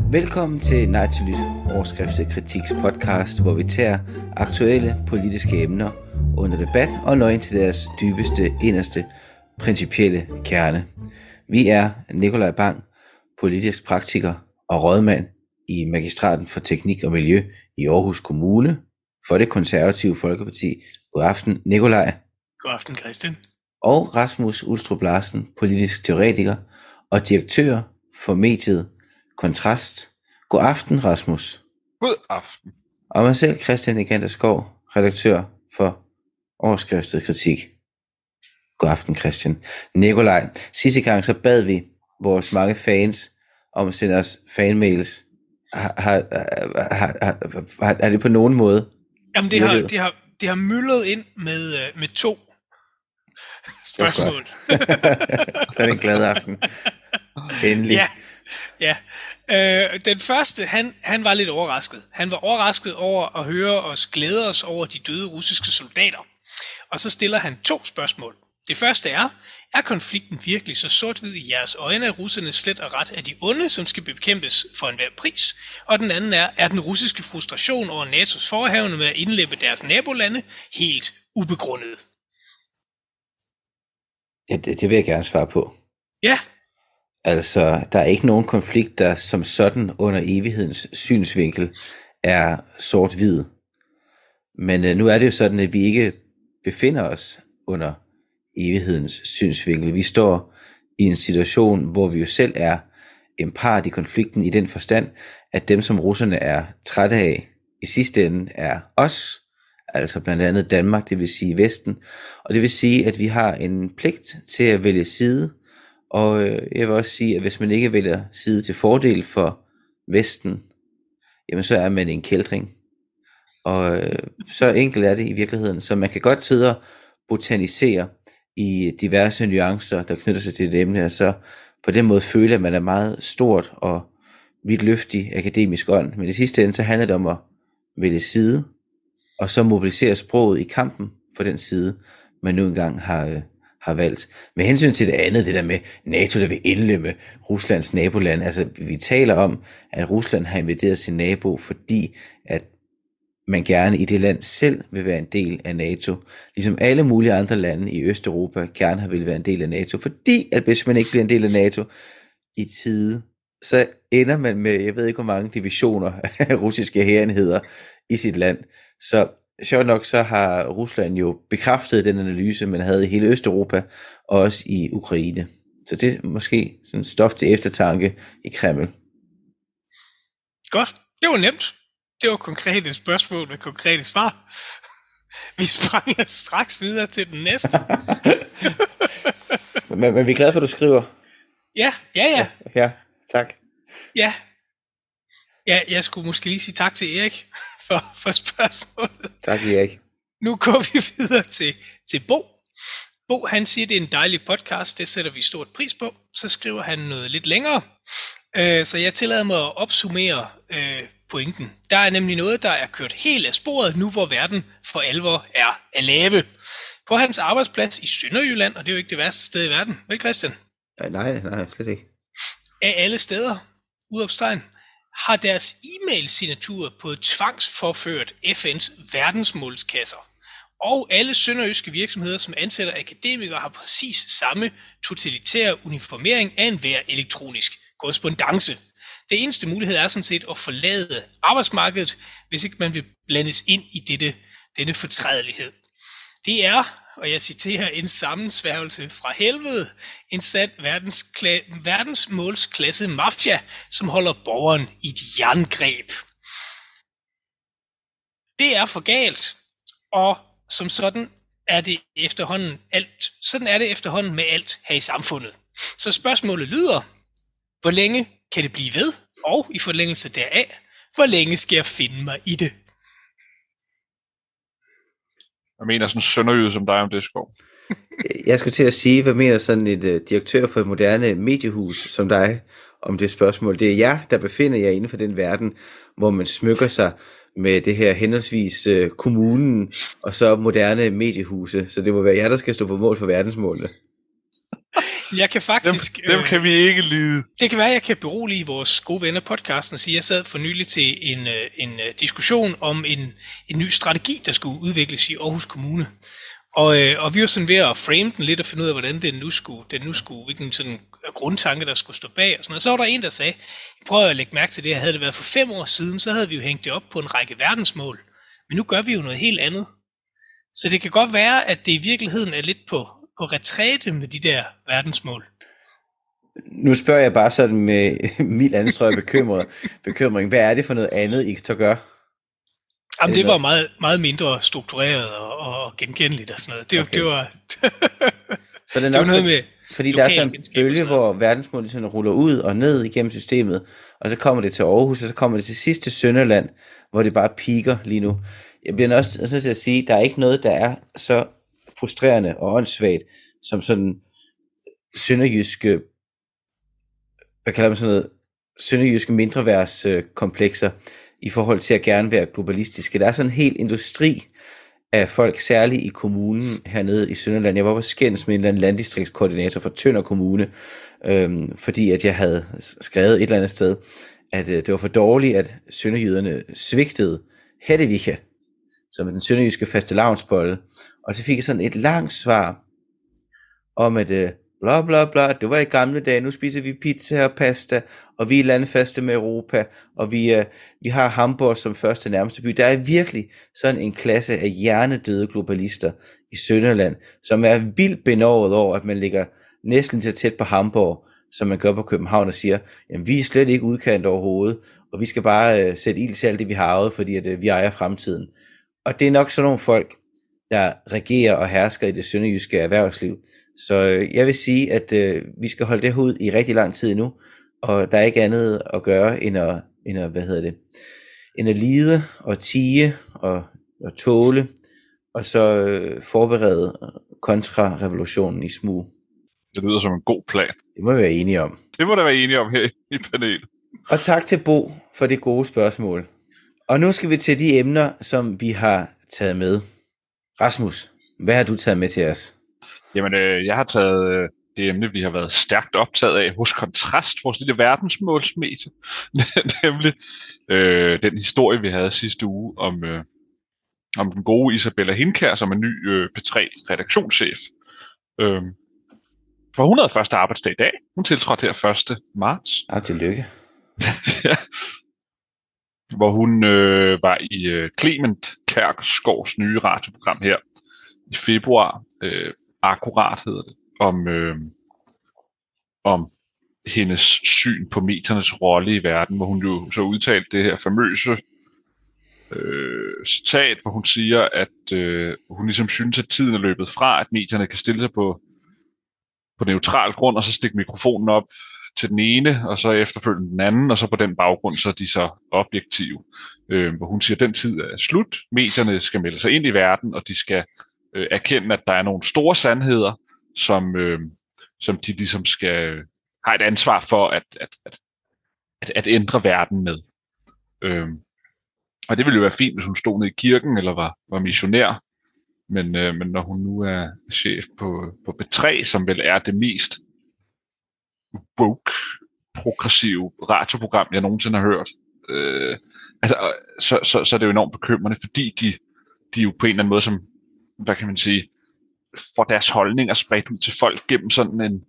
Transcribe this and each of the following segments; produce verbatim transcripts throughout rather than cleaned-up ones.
Velkommen til Nej til Lyt, overskriftet kritiks podcast, hvor vi tager aktuelle politiske emner under debat og når ind til deres dybeste, inderste, principielle kerne. Vi er Nikolaj Bang, politisk praktiker og rådmand i Magistraten for Teknik og Miljø i Aarhus Kommune for Det Konservative Folkeparti. God aften, Nikolaj. God aften, Christian. Og Rasmus Ulstrup Larsen, politisk teoretiker og direktør for mediet Kontrast. God aften, Rasmus. God aften. Og mig selv, Christian Egander Skov, redaktør for overskriftet kritik. God aften, Christian. Nikolaj, sidste gang så bad vi vores mange fans om at sende os fanmails. Har, har, har, har, har, er det på nogen måde? Jamen, det har, det har, det har myldet ind med, med to spørgsmål. Så er det en glad aften. Endelig. Ja. Ja, øh, den første, han, han var lidt overrasket. Han var overrasket over at høre os glæde os over de døde russiske soldater. Og så stiller han to spørgsmål. Det første er, er konflikten virkelig så sort-hvid i jeres øjne, at russerne slet og ret er de onde, som skal bekæmpes for enhver pris? Og den anden er, er den russiske frustration over N A T O's forehavende med at indlemme deres nabolande helt ubegrundet? Ja, det, det vil jeg gerne svare på. Ja. Altså, der er ikke nogen konflikt, der som sådan under evighedens synsvinkel er sort-hvid. Men øh, nu er det jo sådan, at vi ikke befinder os under evighedens synsvinkel. Vi står i en situation, hvor vi jo selv er en part i konflikten i den forstand, at dem, som russerne er trætte af, i sidste ende er os, altså blandt andet Danmark, det vil sige Vesten. Og det vil sige, at vi har en pligt til at vælge side. Og jeg vil også sige, at hvis man ikke vælger side til fordel for Vesten, jamen så er man en kældring. Og så enkelt er det i virkeligheden. Så man kan godt sidde og botanisere i diverse nuancer, der knytter sig til det emne, og så på den måde føle, at man er meget stort og vidtløftig akademisk ånd. Men i sidste ende, så handler det om at vælge side, og så mobilisere sproget i kampen for den side, man nu engang har har valgt. Med hensyn til det andet, det der med NATO, der vil indlemme Ruslands naboland, altså vi taler om, at Rusland har invaderet sin nabo, fordi at man gerne i det land selv vil være en del af NATO, ligesom alle mulige andre lande i Østeuropa gerne har vil være en del af NATO, fordi at hvis man ikke bliver en del af NATO i tide, så ender man med, jeg ved ikke hvor mange divisioner af russiske hærenheder i sit land. Så sjovt nok så har Rusland jo bekræftet den analyse, man havde i hele Østeuropa, og også i Ukraine. Så det er måske sådan stof til eftertanke i Kreml. Godt, det var nemt. Det var konkrete spørgsmål med konkrete svar. Vi sprang straks videre til den næste. men, men vi er glade for, at du skriver. Ja, ja, ja. Ja, ja tak. Ja. Ja, jeg skulle måske lige sige tak til Erik for, for spørgsmålet. Tak, Erik. Nu går vi videre til, til Bo. Bo, han siger, det er en dejlig podcast, det sætter vi stort pris på. Så skriver han noget lidt længere. Øh, så jeg tillader mig at opsummere øh, pointen. Der er nemlig noget, der er kørt helt af sporet, nu hvor verden for alvor er at lave. På hans arbejdsplads i Sønderjylland, og det er jo ikke det værste sted i verden, vel Christian? Nej, nej, slet ikke. Af alle steder, udopstegn, har deres e-mail-signatur på tvangsforført F N's verdensmålskasser. Og alle sønderjyske virksomheder, som ansætter akademikere, har præcis samme totalitære uniformering af enhver elektronisk korrespondance. Det eneste mulighed er sådan set at forlade arbejdsmarkedet, hvis ikke man vil blandes ind i dette, denne fortrædelighed. Det er, og jeg citerer, en sammensværgelse fra helvede, en sand verdenskla- verdensmålsklasse mafia, som holder borgeren i et jerngreb. Det er for galt, og som sådan er det efterhånden alt. Sådan er det efterhånden med alt her i samfundet. Så spørgsmålet lyder, hvor længe kan det blive ved? Og i forlængelse deraf, hvor længe skal jeg finde mig i det? Jeg mener sådan en sønderjyde som dig om det, Skov. Jeg skulle til at sige, hvad mener sådan et uh, direktør for et moderne mediehus som dig om det spørgsmål? Det er jer, der befinder jer inden for den verden, hvor man smykker sig med det her henholdsvis uh, kommunen og så moderne mediehuse. Så det må være jer, der skal stå på mål for verdensmålene. Jeg kan faktisk... Dem, dem kan vi ikke lide. Det kan være, at jeg kan berolige vores gode venner podcasten og sige, at jeg sad for nylig til en, en diskussion om en, en ny strategi, der skulle udvikles i Aarhus Kommune. Og, og vi var sådan ved at frame den lidt og finde ud af, hvordan den nu skulle, den nu skulle hvilken sådan grundtanke, der skulle stå bag. Og, sådan. Og så var der en, der sagde, prøv at lægge mærke til det, havde det været for fem år siden, så havde vi jo hængt det op på en række verdensmål. Men nu gør vi jo noget helt andet. Så det kan godt være, at det i virkeligheden er lidt på, på retræte med de der verdensmål. Nu spørger jeg bare sådan med mild anstrøg bekymret, bekymring. Hvad er det for noget andet, I kan gøre? Jamen, det var meget, meget mindre struktureret og, og genkendeligt og sådan noget. Det, okay. det var, så det er nok det var noget med fordi der er sådan en bølge, hvor verdensmålet sådan ruller ud og ned igennem systemet, og så kommer det til Aarhus, og så kommer det til sidste Sønderland, hvor det bare piker lige nu. Jeg bliver også nødt til at sige, at der er ikke noget, der er så frustrerende og åndssvagt, som sådan sønderjyske, hvad kalder man sådan noget, sønderjyske mindreværdskomplekser i forhold til at gerne være globalistiske. Der er sådan en hel industri af folk, særligt i kommunen hernede i Sønderland. Jeg var på skændes med en eller anden landdistriktskoordinator for Tønder Kommune, øhm, fordi at jeg havde skrevet et eller andet sted, at øh, det var for dårligt, at sønderjyderne svigtede Hættevika, som er den sønderjyske fastelavnsbolle. Og så fik jeg sådan et langt svar om, at øh, bla bla bla, det var i gamle dage, nu spiser vi pizza og pasta, og vi er landfaste med Europa, og vi, øh, vi har Hamburg som første nærmeste by. Der er virkelig sådan en klasse af hjernedøde globalister i Sønderland, som er vildt benovet over, at man ligger næsten så tæt på Hamburg, som man gør på København, og siger, jamen vi er slet ikke udkant overhovedet, og vi skal bare øh, sætte ild til alt det, vi har arvet, fordi at, øh, vi ejer fremtiden. Og det er nok sådan nogle folk, der regerer og hersker i det sønderjyske erhvervsliv. Så øh, jeg vil sige, at øh, vi skal holde det ud i rigtig lang tid nu, og der er ikke andet at gøre, end at, end at hvad hedder det, end at lide og tie og, og tåle, og så øh, forberede kontrarevolutionen i smug. Det lyder som en god plan. Det må vi være enige om. Det må der være enige om her i panelet. Og tak til Bo for det gode spørgsmål. Og nu skal vi til de emner, som vi har taget med. Rasmus, hvad har du taget med til os? Jamen, øh, jeg har taget øh, det emne, vi har været stærkt optaget af hos Kontrast, vores lille verdensmålsmedie. Nemlig øh, den historie, vi havde sidste uge om, øh, om den gode Isabella Hindkjær, som er ny øh, P tre-redaktionschef. Øh, for hun havde første arbejdsdag i dag. Hun tiltrådte her første marts. Ah, tillykke. Ja. Hvor hun øh, var i øh, Clement Kærkerskovs nye radioprogram her i februar, øh, akkurat hedder det, om, øh, om hendes syn på mediernes rolle i verden, hvor hun jo så udtalte det her famøse øh, citat, hvor hun siger, at øh, hun ligesom synes, at tiden er løbet fra, at medierne kan stille sig på, på neutral grund, og så stikke mikrofonen op til den ene, og så efterfølgende den anden, og så på den baggrund, så er de så objektive. Øh, hvor hun siger, at den tid er slut. Medierne skal melde sig ind i verden, og de skal øh, erkende, at der er nogle store sandheder, som, øh, som de ligesom skal have et ansvar for at, at, at, at, at ændre verden med. Øh, og det ville jo være fint, hvis hun stod nede i kirken, eller var, var missionær. Men, øh, men når hun nu er chef på, på P tre, som vel er det mest woke, progressive radioprogram, jeg nogensinde har hørt, øh, altså, så, så, så er det jo enormt bekymrende, fordi de, de jo på en eller anden måde, som, hvad kan man sige, får deres holdninger spredt ud til folk gennem sådan en,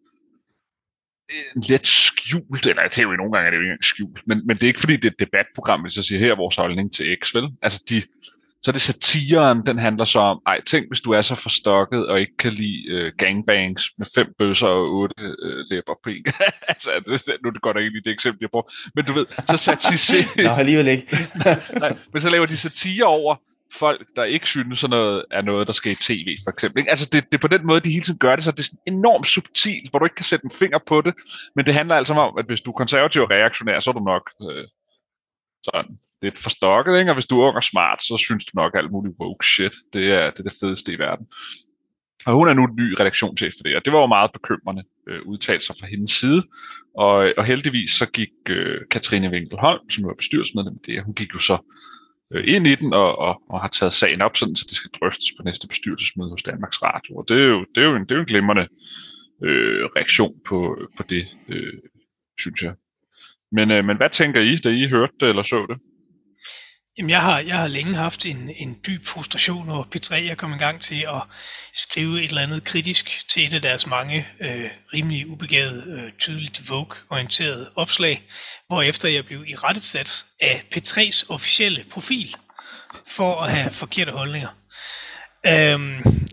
en let skjult, eller jeg tænker jo nogle gange, er det jo ikke skjult, men, men det er ikke fordi, det er et debatprogram, hvis jeg siger, her er vores holdning til X, vel? Altså, de, så er det satiren, den handler så om, ej, tænk hvis du er så forstokket, og ikke kan lide uh, gangbangs med fem bøsser og otte uh, læber på en. Altså, nu er det godt ikke lige det eksempel, jeg bruger. Men du ved, så satiserer... Nå, alligevel ikke. Nej, men så laver de satire over folk, der ikke synes, sådan noget er noget, der skal i tv, for eksempel. Ikke? Altså, det, det er på den måde, de hele tiden gør det, så det er sådan enormt subtilt, hvor du ikke kan sætte en finger på det. Men det handler altså om, at hvis du er konservativ og reaktionær, så er du nok øh, sådan lidt forstokket, ikke? Og hvis du er ung og smart, så synes du nok alt muligt woke shit. Det er det, er det fedeste i verden. Og hun er nu en ny redaktionschef for det, og det var jo meget bekymrende øh, udtalelser fra hendes side. Og, og heldigvis så gik øh, Katrine Winkelholm, som var bestyrelsesmedlem i det, hun gik jo så øh, ind i den og, og, og har taget sagen op, sådan, så det skal drøftes på næste bestyrelsesmøde hos Danmarks Radio. Og det er jo, det er jo, en, det er jo en glimrende øh, reaktion på, på det, øh, synes jeg. Men, øh, men hvad tænker I, da I hørte det eller så det? Jamen, jeg har, jeg har længe haft en, en dyb frustration over P tre. Jeg kom i gang til at skrive et eller andet kritisk til et af deres mange øh, rimelig ubegavede, øh, tydeligt Vogue-orienterede opslag, hvorefter jeg blev irettesat af P tres officielle profil for at have forkerte holdninger. Øhm,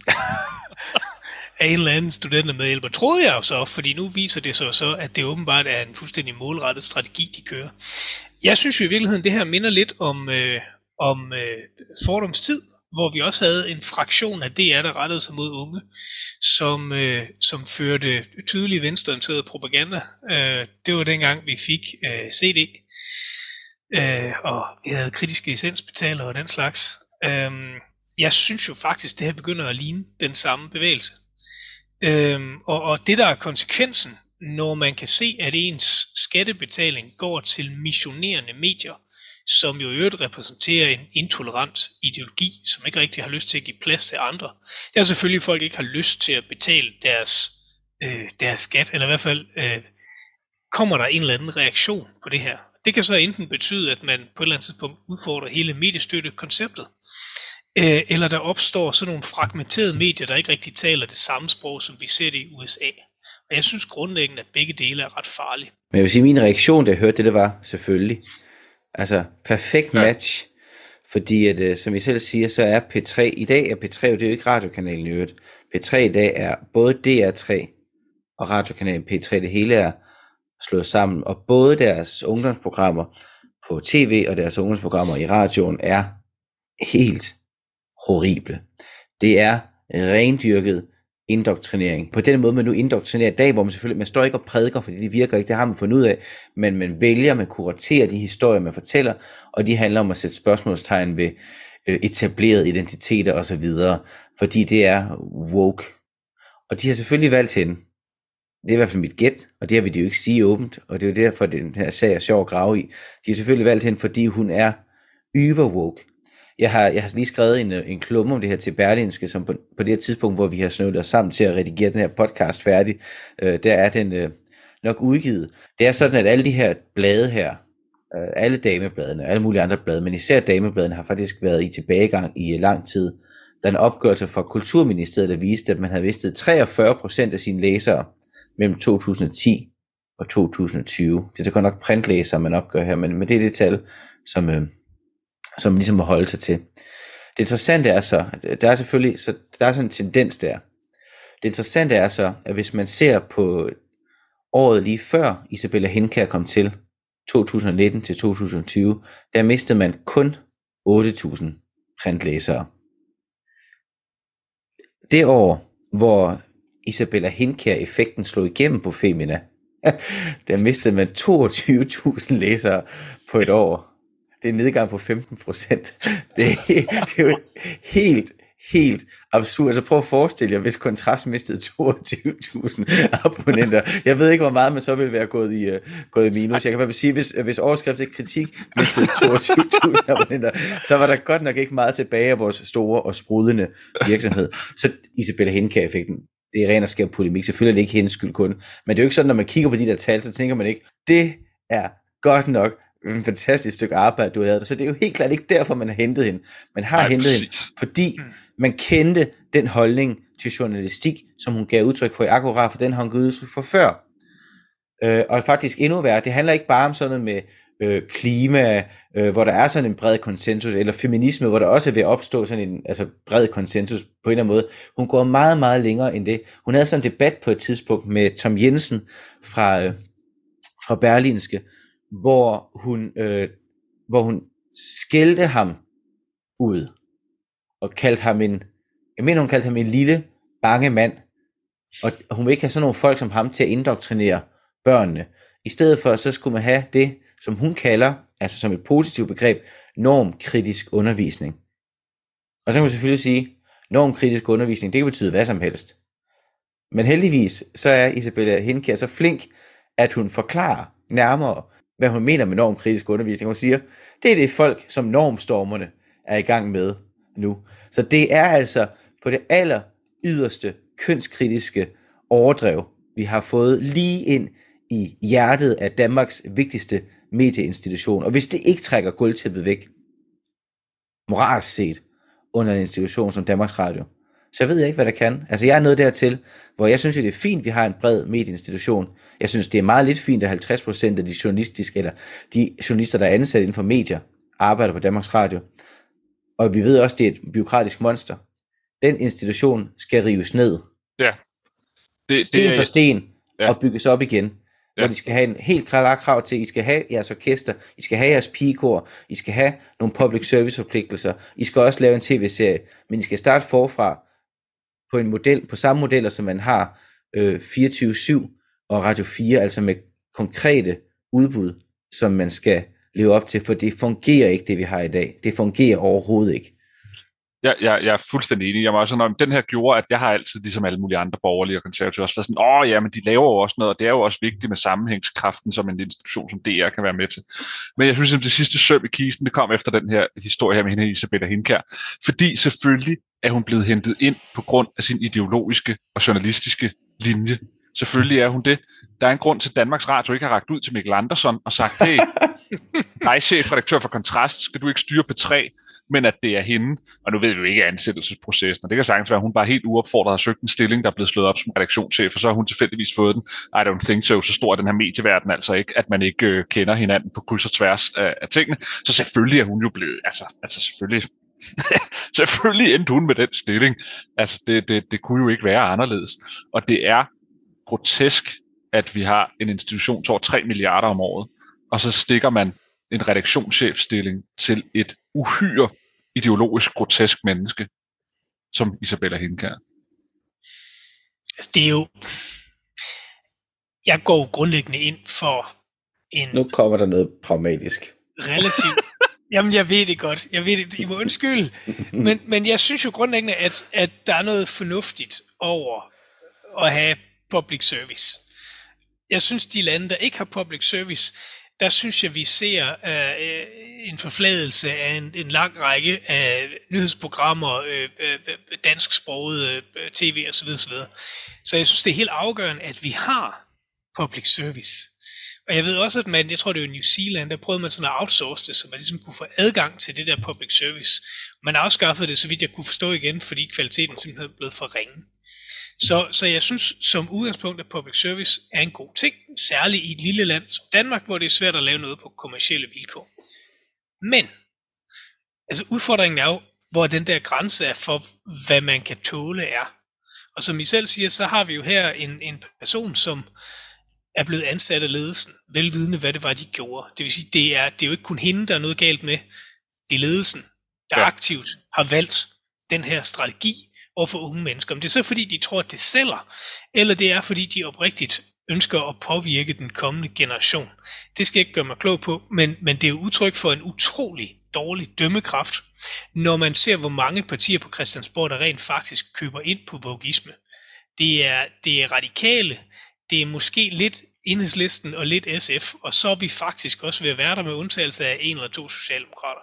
af en eller anden studentermedhjælper, troede jeg jo så, fordi nu viser det sig så, at det åbenbart er en fuldstændig målrettet strategi, de kører. Jeg synes jo i virkeligheden, det her minder lidt om, øh, om øh, fordomstid, hvor vi også havde en fraktion af D R, der rettede sig mod unge, som, øh, som førte tydelig venstreorienteret propaganda. Øh, det var dengang, vi fik øh, C D, øh, og vi havde kritiske licensbetalere og den slags. Øh, jeg synes jo faktisk, det her begynder at ligne den samme bevægelse. Øh, og, og det, der er konsekvensen, når man kan se, at ens skattebetaling går til missionerende medier, som jo i øvrigt repræsenterer en intolerant ideologi, som ikke rigtig har lyst til at give plads til andre. Det er selvfølgelig, at folk ikke har lyst til at betale deres, øh, deres skat, eller i hvert fald øh, kommer der en eller anden reaktion på det her. Det kan så enten betyde, at man på et eller andet tidspunkt udfordrer hele mediestøttekonceptet, øh, eller der opstår sådan nogle fragmenterede medier, der ikke rigtig taler det samme sprog, som vi ser det i U S A. Og jeg synes grundlæggende, at begge dele er ret farlige. Men jeg vil sige, min reaktion, da jeg hørte det, det var selvfølgelig, altså perfekt match, ja. Fordi at, som I selv siger, så er P tre, i dag er P tre, det er jo ikke radiokanalen i øvrigt. P tre i dag er både D R tre og radiokanalen P tre, det hele er slået sammen, og både deres ungdomsprogrammer på tv og deres ungdomsprogrammer i radioen er helt horrible. Det er rendyrket indoktrinering. På den måde, man nu indoktrinerer i dag, hvor man selvfølgelig, man står ikke og prædiker, fordi det virker ikke, det har man fundet ud af, men man vælger, man kuraterer de historier, man fortæller, og de handler om at sætte spørgsmålstegn ved øh, etablerede identiteter osv., fordi det er woke. Og de har selvfølgelig valgt hende. Det er i hvert fald mit gæt, og det har vi det jo ikke sige åbent, og det er jo derfor, den her sag er sjov at grave i. De har selvfølgelig valgt hende, fordi hun er yber woke. Jeg har, jeg har lige skrevet en, en klumme om det her til Berlingske, som på, på det her tidspunkt, hvor vi har snøvet os sammen til at redigere den her podcast færdig, øh, der er den øh, nok udgivet. Det er sådan, at alle de her blade her, øh, alle damebladene, alle mulige andre blade, men især damebladene har faktisk været i tilbagegang i lang tid. Der er en opgørelse fra Kulturministeriet, der viste, at man havde mistet treogfyrre procent af sine læsere mellem to tusind og ti og to tusind og tyve. Det er så godt nok printlæsere, man opgør her, men, men det er det tal, som... Øh, som man ligesom må holde sig til. Det interessante er så, der er selvfølgelig, så der er sådan en tendens der. Det interessante er så, at hvis man ser på året lige før Isabella Hindkjær kom til, to tusind og nitten til to tusind og tyve, der mistede man kun otte tusind printlæsere. Det år, hvor Isabella Hindkjær-effekten slog igennem på Femina, der mistede man toogtyve tusind læsere på et år. Det er en nedgang på femten procent. Det, det er jo helt, helt absurd. Så prøv at forestille jer, hvis Kontrast mistede toogtyve tusind abonnenter. Jeg ved ikke, hvor meget man så ville være gået i, uh, gået i minus. Jeg kan bare sige, hvis, hvis overskriftet kritik mistede toogtyve tusind abonnenter, så var der godt nok ikke meget tilbage af vores store og sprudlende virksomhed. Så Isabella Hindkjær-effekten, det er ren og skær polemik. Selvfølgelig er det ikke hendes skyld kun. Men det er jo ikke sådan, når man kigger på de der tal, så tænker man ikke, det er godt nok en fantastisk stykke arbejde, du har lavet. Så det er jo helt klart ikke derfor, man har hentet hende. Man har Ej, hentet præcis. hende, fordi man kendte den holdning til journalistik, som hun gav udtryk for i Akkurat, for den har hun givet udtryk for før. Øh, og faktisk endnu værre, det handler ikke bare om sådan noget med øh, klima, øh, hvor der er sådan en bred konsensus, eller feminisme, hvor der også er ved at opstå sådan en altså bred konsensus på en eller anden måde. Hun går meget, meget længere end det. Hun havde sådan en debat på et tidspunkt med Tom Jensen fra, øh, fra Berlingske, hvor hun, øh, hvor hun skældte ham ud, og kaldte ham en, jeg mener hun kaldte ham en lille, bange mand, og hun vil ikke have sådan nogle folk som ham til at indoktrinere børnene. I stedet for, så skulle man have det, som hun kalder, altså som et positivt begreb, normkritisk undervisning. Og så kan man selvfølgelig sige, normkritisk undervisning, det kan betyde hvad som helst. Men heldigvis, så er Isabella Hindkjær så flink, at hun forklarer nærmere, hvad hun mener med normkritisk undervisning. Hun siger, det er det folk, som normstormerne er i gang med nu. Så det er altså på det aller yderste kønskritiske overdrev, vi har fået lige ind i hjertet af Danmarks vigtigste medieinstitution. Og hvis det ikke trækker gulvtæppet væk, moralsk set, under en institution som Danmarks Radio, så ved jeg ikke, hvad der kan. Altså jeg er nået dertil, hvor jeg synes, at det er fint, at vi har en bred medieinstitution. Jeg synes, det er meget lidt fint, at halvtreds procent af de journalistiske, eller de journalister, der er ansat inden for medier, arbejder på Danmarks Radio. Og vi ved også, at det er et bureaukratisk monster. Den institution skal rives ned. Ja. Det, sten det er, for sten, ja. Og bygges op igen. Ja. Hvor de skal have en helt klar krav til, I skal have jeres orkester, I skal have jeres pigekor, I skal have nogle public service forpligtelser, I skal også lave en tv-serie, men I skal starte forfra på en model, på samme modeller, som man har øh, fireogtyve syv og Radio fire, altså med konkrete udbud, som man skal leve op til, for det fungerer ikke, det vi har i dag. Det fungerer overhovedet ikke. Jeg, jeg, jeg er fuldstændig enig. Jeg må også sådan, den her gjorde, at jeg har altid, ligesom alle mulige andre borgerlige og konservative, også været sådan, åh ja, men de laver jo også noget, og det er jo også vigtigt med sammenhængskraften, som en institution som D R kan være med til. Men jeg synes, at det sidste søm i kisten, det kom efter den her historie her med hende, Isabella Hindkjær. Fordi selvfølgelig er hun blevet hentet ind på grund af sin ideologiske og journalistiske linje. Selvfølgelig er hun det. Der er en grund til, at Danmarks Radio ikke har rakt ud til Mikkel Andersson og sagt, hey, dig chefredaktør for Kontrast, skal du ikke styre P tre, men at det er hende, og nu ved vi jo ikke ansættelsesprocessen, og det kan sagtens være, at hun bare helt uopfordret har søgt en stilling, der er blevet slået op som redaktionschef, og så har hun tilfældigvis fået den. I don't think so, så stor er den her medieverden altså ikke, at man ikke øh, kender hinanden på kryds og tværs af, af tingene. Så selvfølgelig er hun jo blevet, altså, altså selvfølgelig, selvfølgelig endte hun med den stilling. Altså det, det, det kunne jo ikke være anderledes. Og det er grotesk, at vi har en institution til over tre milliarder om året, og så stikker man en redaktionschefstilling til et uhyre ideologisk grotesk menneske, som Isabella Hindkjær. Altså, det er jo... Jeg går grundlæggende ind for en... Nu kommer der noget pragmatisk. Relativt... Jamen, jeg ved det godt. Jeg ved det. I må undskylde. Men, men jeg synes jo grundlæggende, at, at der er noget fornuftigt over at have public service. Jeg synes, de lande, der ikke har public service, der synes jeg, vi ser uh, en forfladelse af en, en lang række af nyhedsprogrammer, uh, uh, dansksproget uh, tv osv. osv. Så jeg synes, det er helt afgørende, at vi har public service. Og jeg ved også, at man, jeg tror det var i New Zealand, der prøvede man sådan at outsource det, så man ligesom kunne få adgang til det der public service. Man afskaffede det, så vidt jeg kunne forstå igen, fordi kvaliteten simpelthen er blevet for ringe. Så, så jeg synes som udgangspunkt, at public service er en god ting, særligt i et lille land som Danmark, hvor det er svært at lave noget på kommercielle vilkår. Men, altså udfordringen er jo, hvor den der grænse er for, hvad man kan tåle er. Og som I selv siger, så har vi jo her en, en person, som er blevet ansat af ledelsen, velvidende hvad det var, de gjorde. Det vil sige, det er, det er jo ikke kun hende, der er noget galt med. Det er ledelsen, der ja. aktivt har valgt den her strategi overfor unge mennesker. Om det er så fordi, de tror, at det sælger, eller det er fordi, de oprigtigt ønsker at påvirke den kommende generation. Det skal jeg ikke gøre mig klog på, men, men det er jo udtryk for en utrolig dårlig dømmekraft, når man ser, hvor mange partier på Christiansborg, der rent faktisk køber ind på vogisme. Det er, det er radikale, det er måske lidt Enhedslisten og lidt S F, og så er vi faktisk også ved at være der med undtagelse af en eller to socialdemokrater.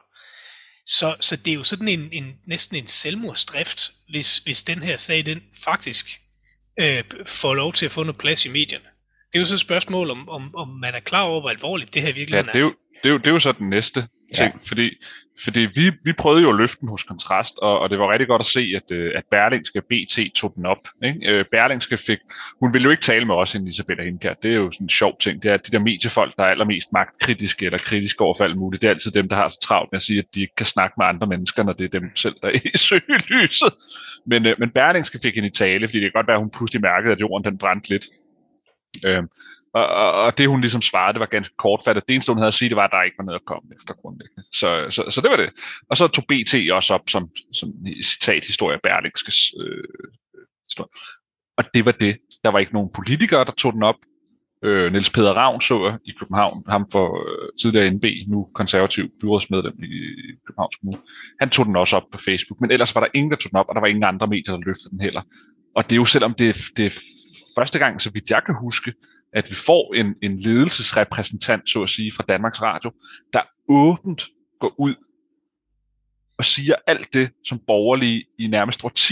Så, så det er jo sådan en, en næsten en selvmordsdrift, hvis, hvis den her sag, den faktisk øh, får lov til at få noget plads i medierne. Det er jo så et spørgsmål, om, om, om man er klar over, hvor alvorligt det her virkelig ja, er. Det er, jo, det, er jo, det er jo så den næste ting, ja. fordi, fordi vi, vi prøvede jo at løfte den hos Kontrast, og, og det var rigtig godt at se, at, at Berlingske B T tog den op. Ikke? Berlingske fik, hun ville jo ikke tale med os, end Isabella Hindkjær. Det er jo sådan en sjov ting. Det er de der mediefolk, der er allermest magtkritiske eller kritiske overfor alt muligt. Det er altid dem, der har så travlt med at sige, at de ikke kan snakke med andre mennesker, når det er dem selv, der er i søgelyset. Men, men Berlingske fik hende i tale, fordi det kan godt være, at hun pludselig mærkede, at jorden den brændte lidt. Øhm, Og, og, og det hun ligesom svarede, det var ganske kortfattet. Det eneste hun havde at sige, det var, at der ikke var noget at komme efter grundlæggende. Så, så, så det var det. Og så tog B T også op som, som citathistorie af Berlingskes øh, historie. Og det var det. Der var ikke nogen politikere, der tog den op. Øh, Niels Peder Ravn så jeg i København, ham for øh, tidligere N B, nu konservativ byrådsmedlem i Københavns Kommune. Han tog den også op på Facebook, men ellers var der ingen, der tog den op, og der var ingen andre medier, der løftede den heller. Og det er jo selvom det, det er første gang, så vidt jeg kan huske, at vi får en, en ledelsesrepræsentant, så at sige, fra Danmarks Radio, der åbent går ud og siger alt det, som borgerlige i nærmest årtier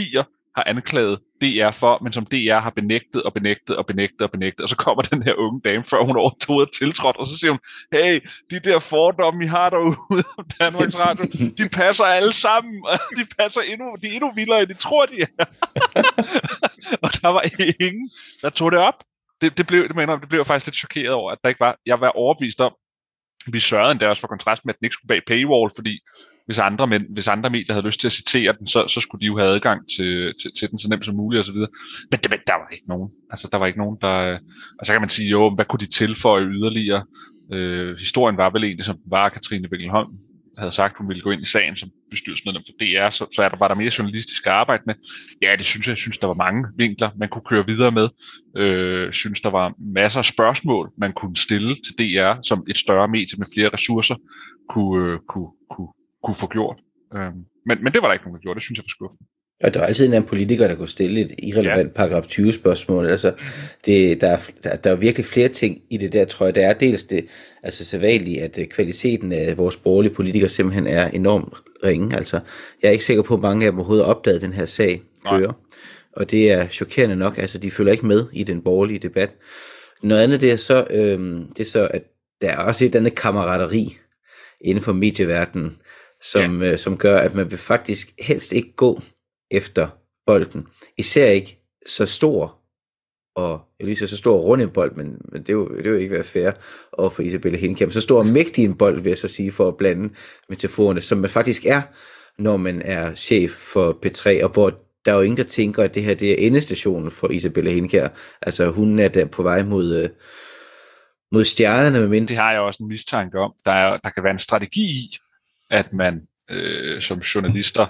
har anklaget D R for, men som D R har benægtet og benægtet og benægtet og benægtet. Og så kommer den her unge dame, før hun overhovedet er tiltrådt, og så siger hun, hey, de der fordomme, I har derude om Danmarks Radio, de passer alle sammen, og de passer endnu, de er endnu vildere, end de tror, de er. Og der var ingen, der tog det op. Det, det, blev, det, mener, det blev jeg faktisk lidt chokeret over, at der ikke var, jeg var overbevist om, vi sørgede endda også for kontrast med, at den ikke skulle bag paywall, fordi hvis andre, men, hvis andre medier havde lyst til at citere den, så, så skulle de jo have adgang til, til, til den så nemt som muligt og så videre. Men det, der var ikke nogen. Altså, der var ikke nogen, der... Og så kan man sige, jo, hvad kunne de tilføje yderligere? Øh, historien var vel egentlig, som den var, Katrine Winkelholm havde sagt, hun ville gå ind i sagen som bestyrelsesmedlem for D R, så, så er der, var der mere journalistisk arbejde med. Ja, det synes jeg, jeg synes, der var mange vinkler, man kunne køre videre med. Øh, synes, der var masser af spørgsmål, man kunne stille til D R, som et større medie med flere ressourcer kunne, øh, kunne, kunne, kunne få gjort. Øh, men, men det var der ikke nogen, der gjorde. Det synes jeg var skuffende. Og der er altid en anden politiker, der kunne stille et irrelevant ja. paragraf tyve spørgsmål. Altså, det, der, er, der, der er virkelig flere ting i det der, tror jeg. Der er dels det altså sædvanlige, at kvaliteten af vores borgerlige politikere simpelthen er enormt ringe. Altså, jeg er ikke sikker på, at mange af dem overhovedet har opdaget den her sag kører. Og det er chokerende nok. Altså, de følger ikke med i den borgerlige debat. Noget andet, det er så, øhm, det er så at der er også et andet kammerateri inden for medieverdenen, som, ja. øh, som gør, at man vil faktisk helst ikke gå efter bolden. Især ikke så stor, og jeg lige så, så stor rundt en bold, men, men det, er jo, det er jo ikke være fair over for Isabella Hindkjær. Så stor og mægtig en bold, vil jeg så sige, for at blande metaforerne, som man faktisk er, når man er chef for P tre, og hvor der er jo ingen, der tænker, at det her det er endestationen for Isabella Hindkjær. Altså hun er der på vej mod, øh, mod stjernerne. Med mindre. Det har jeg også en mistanke om. Der, er, der kan være en strategi i, at man øh, som journalister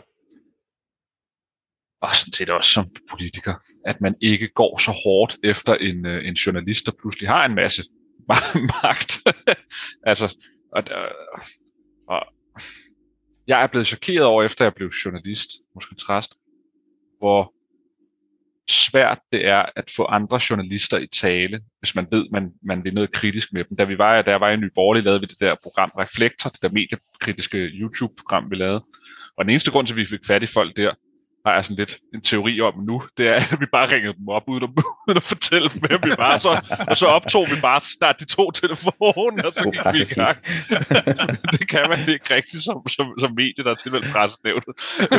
og sådan set også som politiker, at man ikke går så hårdt efter en, en journalist, der pludselig har en masse magt. altså, og, og, jeg er blevet chokeret over, efter jeg blev journalist, måske træst, hvor svært det er at få andre journalister i tale, hvis man ved, man, man vil noget kritisk med dem. Da vi var, da jeg var i Nye Borgerlige, lavede vi det der program Reflektor, det der mediekritiske YouTube-program, vi lavede. Og den eneste grund til, at vi fik fat i folk der, har jeg sådan lidt en teori om nu, det er, at vi bare ringede dem op, uden at, uden at fortælle dem, hvem vi var. Så, og så optog vi bare snart de to telefoner, og så gik vi i gang. Det kan man ikke rigtigt som, som, som medie, der er tilvælt pressenævnet.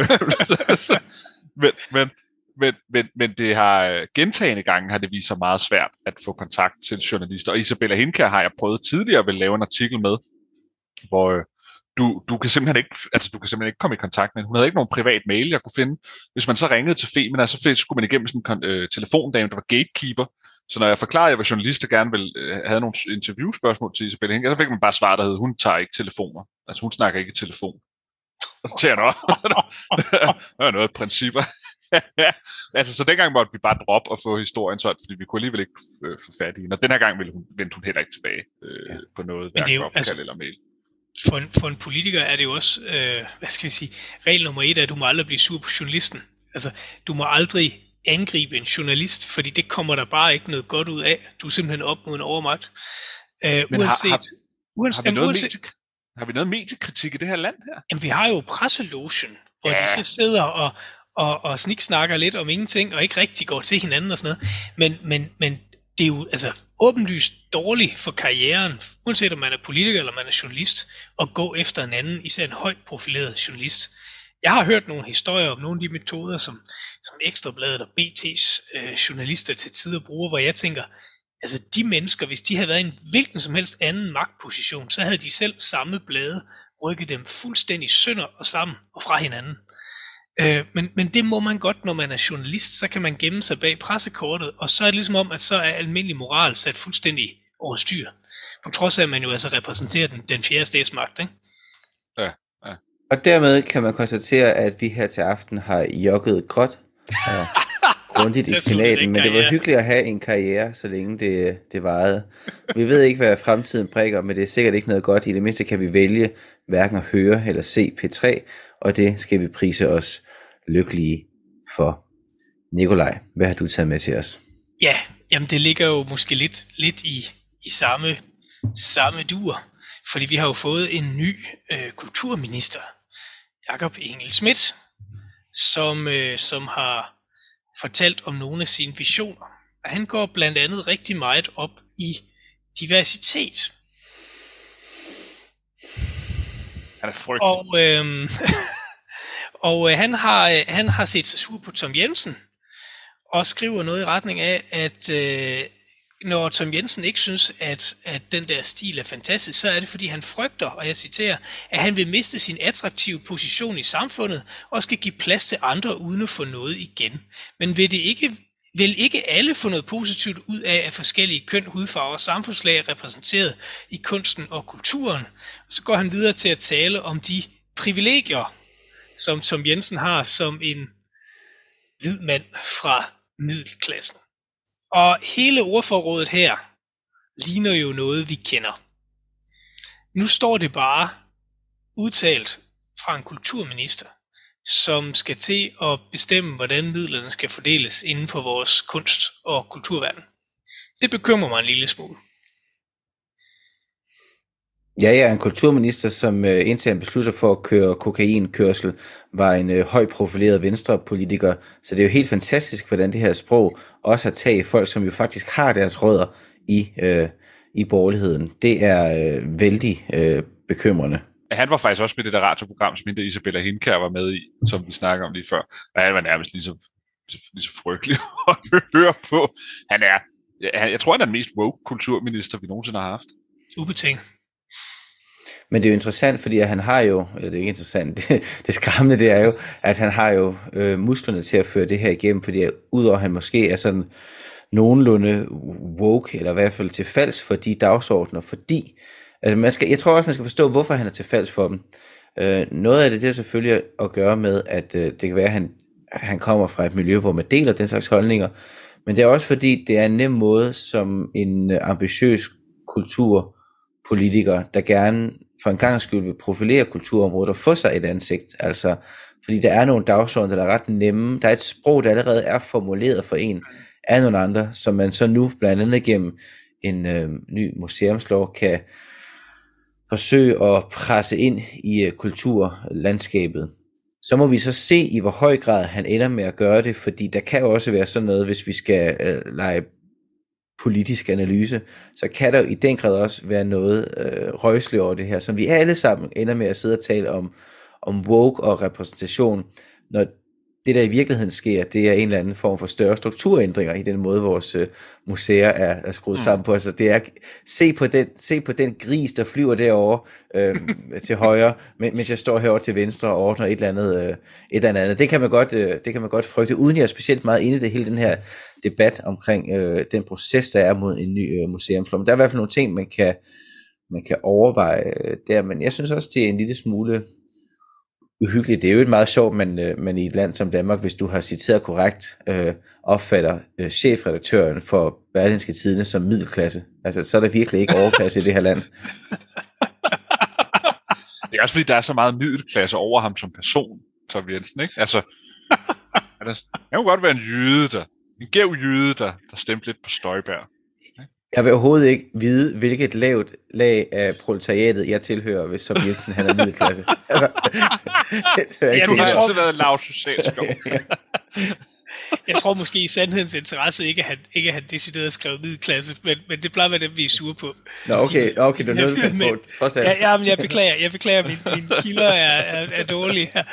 men, men, men, men, men det har gentagende gange har det vist sig meget svært at få kontakt til journalister. Og Isabella Hindkjær har jeg prøvet tidligere at lave en artikel med, hvor Du, du kan simpelthen ikke, altså du kan simpelthen ikke komme i kontakt med hende. Hun havde ikke nogen privat mail, jeg kunne finde. Hvis man så ringede til Femina, så skulle man igennem sådan en øh, telefondame, der var gatekeeper. Så når jeg forklarede, at jeg var journalist, der gerne ville øh, have nogle interviewspørgsmål til Isabella Hindkjær, så fik man bare svar, der hed, hun tager ikke telefoner. Altså hun snakker ikke i telefon. Og så tænker jeg, det er noget af principper. altså, så dengang måtte vi bare droppe og få historien sådan, fordi vi kunne alligevel ikke øh, få fat i hende. Og den her gang ville hun, vendte hun heller ikke tilbage øh, ja. på noget, hverken opkald altså eller mail. For en, for en politiker er det jo også, øh, hvad skal vi sige, regel nummer et er, at du må aldrig blive sur på journalisten. Altså, du må aldrig angribe en journalist, fordi det kommer der bare ikke noget godt ud af. Du er simpelthen op mod en overmagt. Øh, Men uanset, har, har, uanset, har, vi noget uanset, medie, har vi noget mediekritik i det her land her? Jamen, vi har jo presselogen, hvor ja. de så sidder og, og, og sniksnakker lidt om ingenting, og ikke rigtig går til hinanden og sådan noget. Men, men, men det er jo altså åbenlyst dårligt for karrieren, uanset om man er politiker eller man er journalist, at gå efter en anden, især en højt profileret journalist. Jeg har hørt nogle historier om nogle af de metoder, som, som Ekstrabladet og B T's øh, journalister til tider bruger, hvor jeg tænker, altså de mennesker, hvis de havde været i en hvilken som helst anden magtposition, så havde de selv samme blade rykket dem fuldstændig sønder og sammen og fra hinanden. Øh, men, men det må man godt, når man er journalist, så kan man gemme sig bag pressekortet, og så er det ligesom om, at så er almindelig moral sat fuldstændig over styr. På trods af, at man jo altså repræsenterer den, den fjerde statsmagt, ikke? Ja, ja. Og dermed kan man konstatere, at vi her til aften har jogget gråt og grundigt i spinaten, men det var hyggeligt at have en karriere, så længe det, det varede. Vi ved ikke, hvad fremtiden prækker, men det er sikkert ikke noget godt. I det mindste kan vi vælge hverken at høre eller se P tre, og det skal vi prise os lykkelige for. Nikolaj, hvad har du taget med til os? Ja, jamen det ligger jo måske lidt, lidt i, i samme, samme dur, fordi vi har jo fået en ny øh, kulturminister, Jakob Engel-Schmidt, som, øh, som har fortalt om nogle af sine visioner. Og han går blandt andet rigtig meget op i diversitet. Han er frygtelig. Og, øhm, og øh, han, har, øh, han har set sig sur på Tom Jensen, og skriver noget i retning af, at øh, når Tom Jensen ikke synes, at, at den der stil er fantastisk, så er det, fordi han frygter, og jeg citerer, at han vil miste sin attraktive position i samfundet, og skal give plads til andre, uden at få noget igen. Men vil det ikke... Vil ikke alle få noget positivt ud af, at forskellige køn, hudfarver og samfundslag er repræsenteret i kunsten og kulturen? Og så går han videre til at tale om de privilegier, som Tom Jensen har som en hvid mand fra middelklassen. Og hele ordforrådet her ligner jo noget, vi kender. Nu står det bare udtalt fra en kulturminister, som skal til at bestemme, hvordan midlerne skal fordeles inden for vores kunst- og kulturverden. Det bekymrer mig en lille smule. Ja, jeg er en kulturminister, som øh, indtil han beslutter for at køre kokainkørsel, var en øh, højt profileret venstrepolitiker. Så det er jo helt fantastisk, hvordan det her sprog også har taget folk, som jo faktisk har deres rødder i, øh, i borgerligheden. Det er øh, vældig øh, bekymrende. Han var faktisk også med det der radioprogram, som hende Isabella Hindkjær var med i, som vi snakker om lige før. Og han var nærmest lige så, lige så frygtelig at høre på. Han er, jeg tror, han er den mest woke kulturminister, vi nogensinde har haft. Ubetinget. Men det er jo interessant, fordi han har jo, eller det er ikke interessant, det, det skræmmende det er jo, at han har jo øh, musklerne til at føre det her igennem, fordi udover at han måske er sådan nogenlunde woke, eller i hvert fald til falds for de dagsordner, fordi altså man skal, jeg tror også, man skal forstå, hvorfor han er til falds for dem. Øh, noget af det, det er selvfølgelig at gøre med, at øh, det kan være, at han, han kommer fra et miljø, hvor man deler den slags holdninger, men det er også fordi, det er en nem måde, som en ambitiøs kulturpolitiker, der gerne for en gang skyld vil profilere kulturområdet og få sig et ansigt, altså fordi der er nogle dagsordner, der er ret nemme, der er et sprog, der allerede er formuleret for en af nogle andre, som man så nu blandt andet gennem en øh, ny museumslov kan forsøge at presse ind i uh, kulturlandskabet. Så må vi så se, i hvor høj grad han ender med at gøre det, fordi der kan jo også være sådan noget, hvis vi skal uh, lege politisk analyse, så kan der jo i den grad også være noget uh, røgsligt over det her, som vi alle sammen ender med at sidde og tale om, om woke og repræsentation, når det der i virkeligheden sker, det er en eller anden form for større strukturændringer i den måde, vores øh, museer er, er skruet mm. sammen på. Altså det er, se på den, se på den gris, der flyver derovre øh, til højre, mens jeg står herovre til venstre og ordner et eller andet. Øh, et eller andet. Det kan man godt, øh, det kan man godt frygte, uden jeg er specielt meget inde i det hele den her debat omkring øh, den proces, der er mod en ny øh, museumslov. Men der er i hvert fald nogle ting, man kan, man kan overveje øh, der, men jeg synes også, det er en lille smule uhyggeligt. Det er jo et meget sjovt, men, øh, men i et land som Danmark, hvis du har citeret korrekt, øh, opfatter øh, chefredaktøren for Berlingske Tidende som middelklasse. Altså, så er der virkelig ikke overklasse i det her land. Det er også fordi, der er så meget middelklasse over ham som person, Tom Jensen, ikke? Altså, han kunne godt være en jyde, der, en gæv jyde, der, der stemte lidt på Støjberg. Jeg vil overhovedet ikke vide, hvilket lavt lag af proletariatet jeg tilhører, hvis som Jensen han er middelklasse. det er ikke Jamen, jeg tror også været lav socialskov. Jeg tror måske i sandhedens interesse ikke, at han, ikke at han decideret skrev middelklasse, men, men det plejer at være dem, vi er sure på. Nå, okay, de, okay, du er nødt til på. Trods alt. Ja, ja, men jeg beklager, jeg beklager, mine, mine kilder er, er, er dårlige her.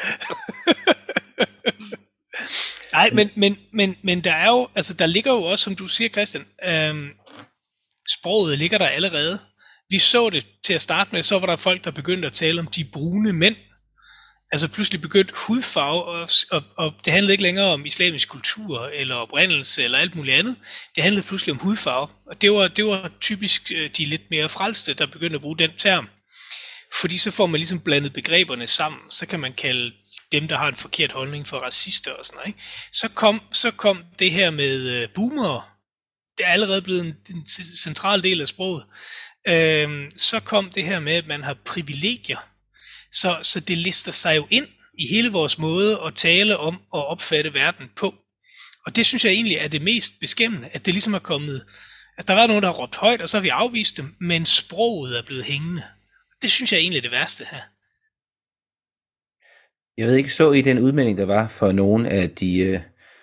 Nej, men, men, men, men der er jo, altså der ligger jo også, som du siger, Christian, øhm, sproget ligger der allerede. Vi så det til at starte med, så var der folk, der begyndte at tale om de brune mænd. Altså pludselig begyndte hudfarve, og, og, og det handlede ikke længere om islamisk kultur, eller oprindelse, eller alt muligt andet. Det handlede pludselig om hudfarve. Og det var, det var typisk de lidt mere frelste, der begyndte at bruge den term. Fordi så får man ligesom blandet begreberne sammen. Så kan man kalde dem, der har en forkert holdning, for racister og sådan noget. Ikke? Så, kom, så kom det her med uh, boomere. Det er allerede blevet en, en central del af sproget. Øhm, så kom det her med, at man har privilegier. Så, så det lister sig jo ind i hele vores måde at tale om og opfatte verden på. Og det synes jeg egentlig er det mest beskæmmende, at det ligesom er kommet. At der var nogen, der har råbt højt, og så har vi afvist dem, men sproget er blevet hængende. Det synes jeg egentlig er det værste her. Jeg ved ikke, så i den udmelding, der var for nogle af de,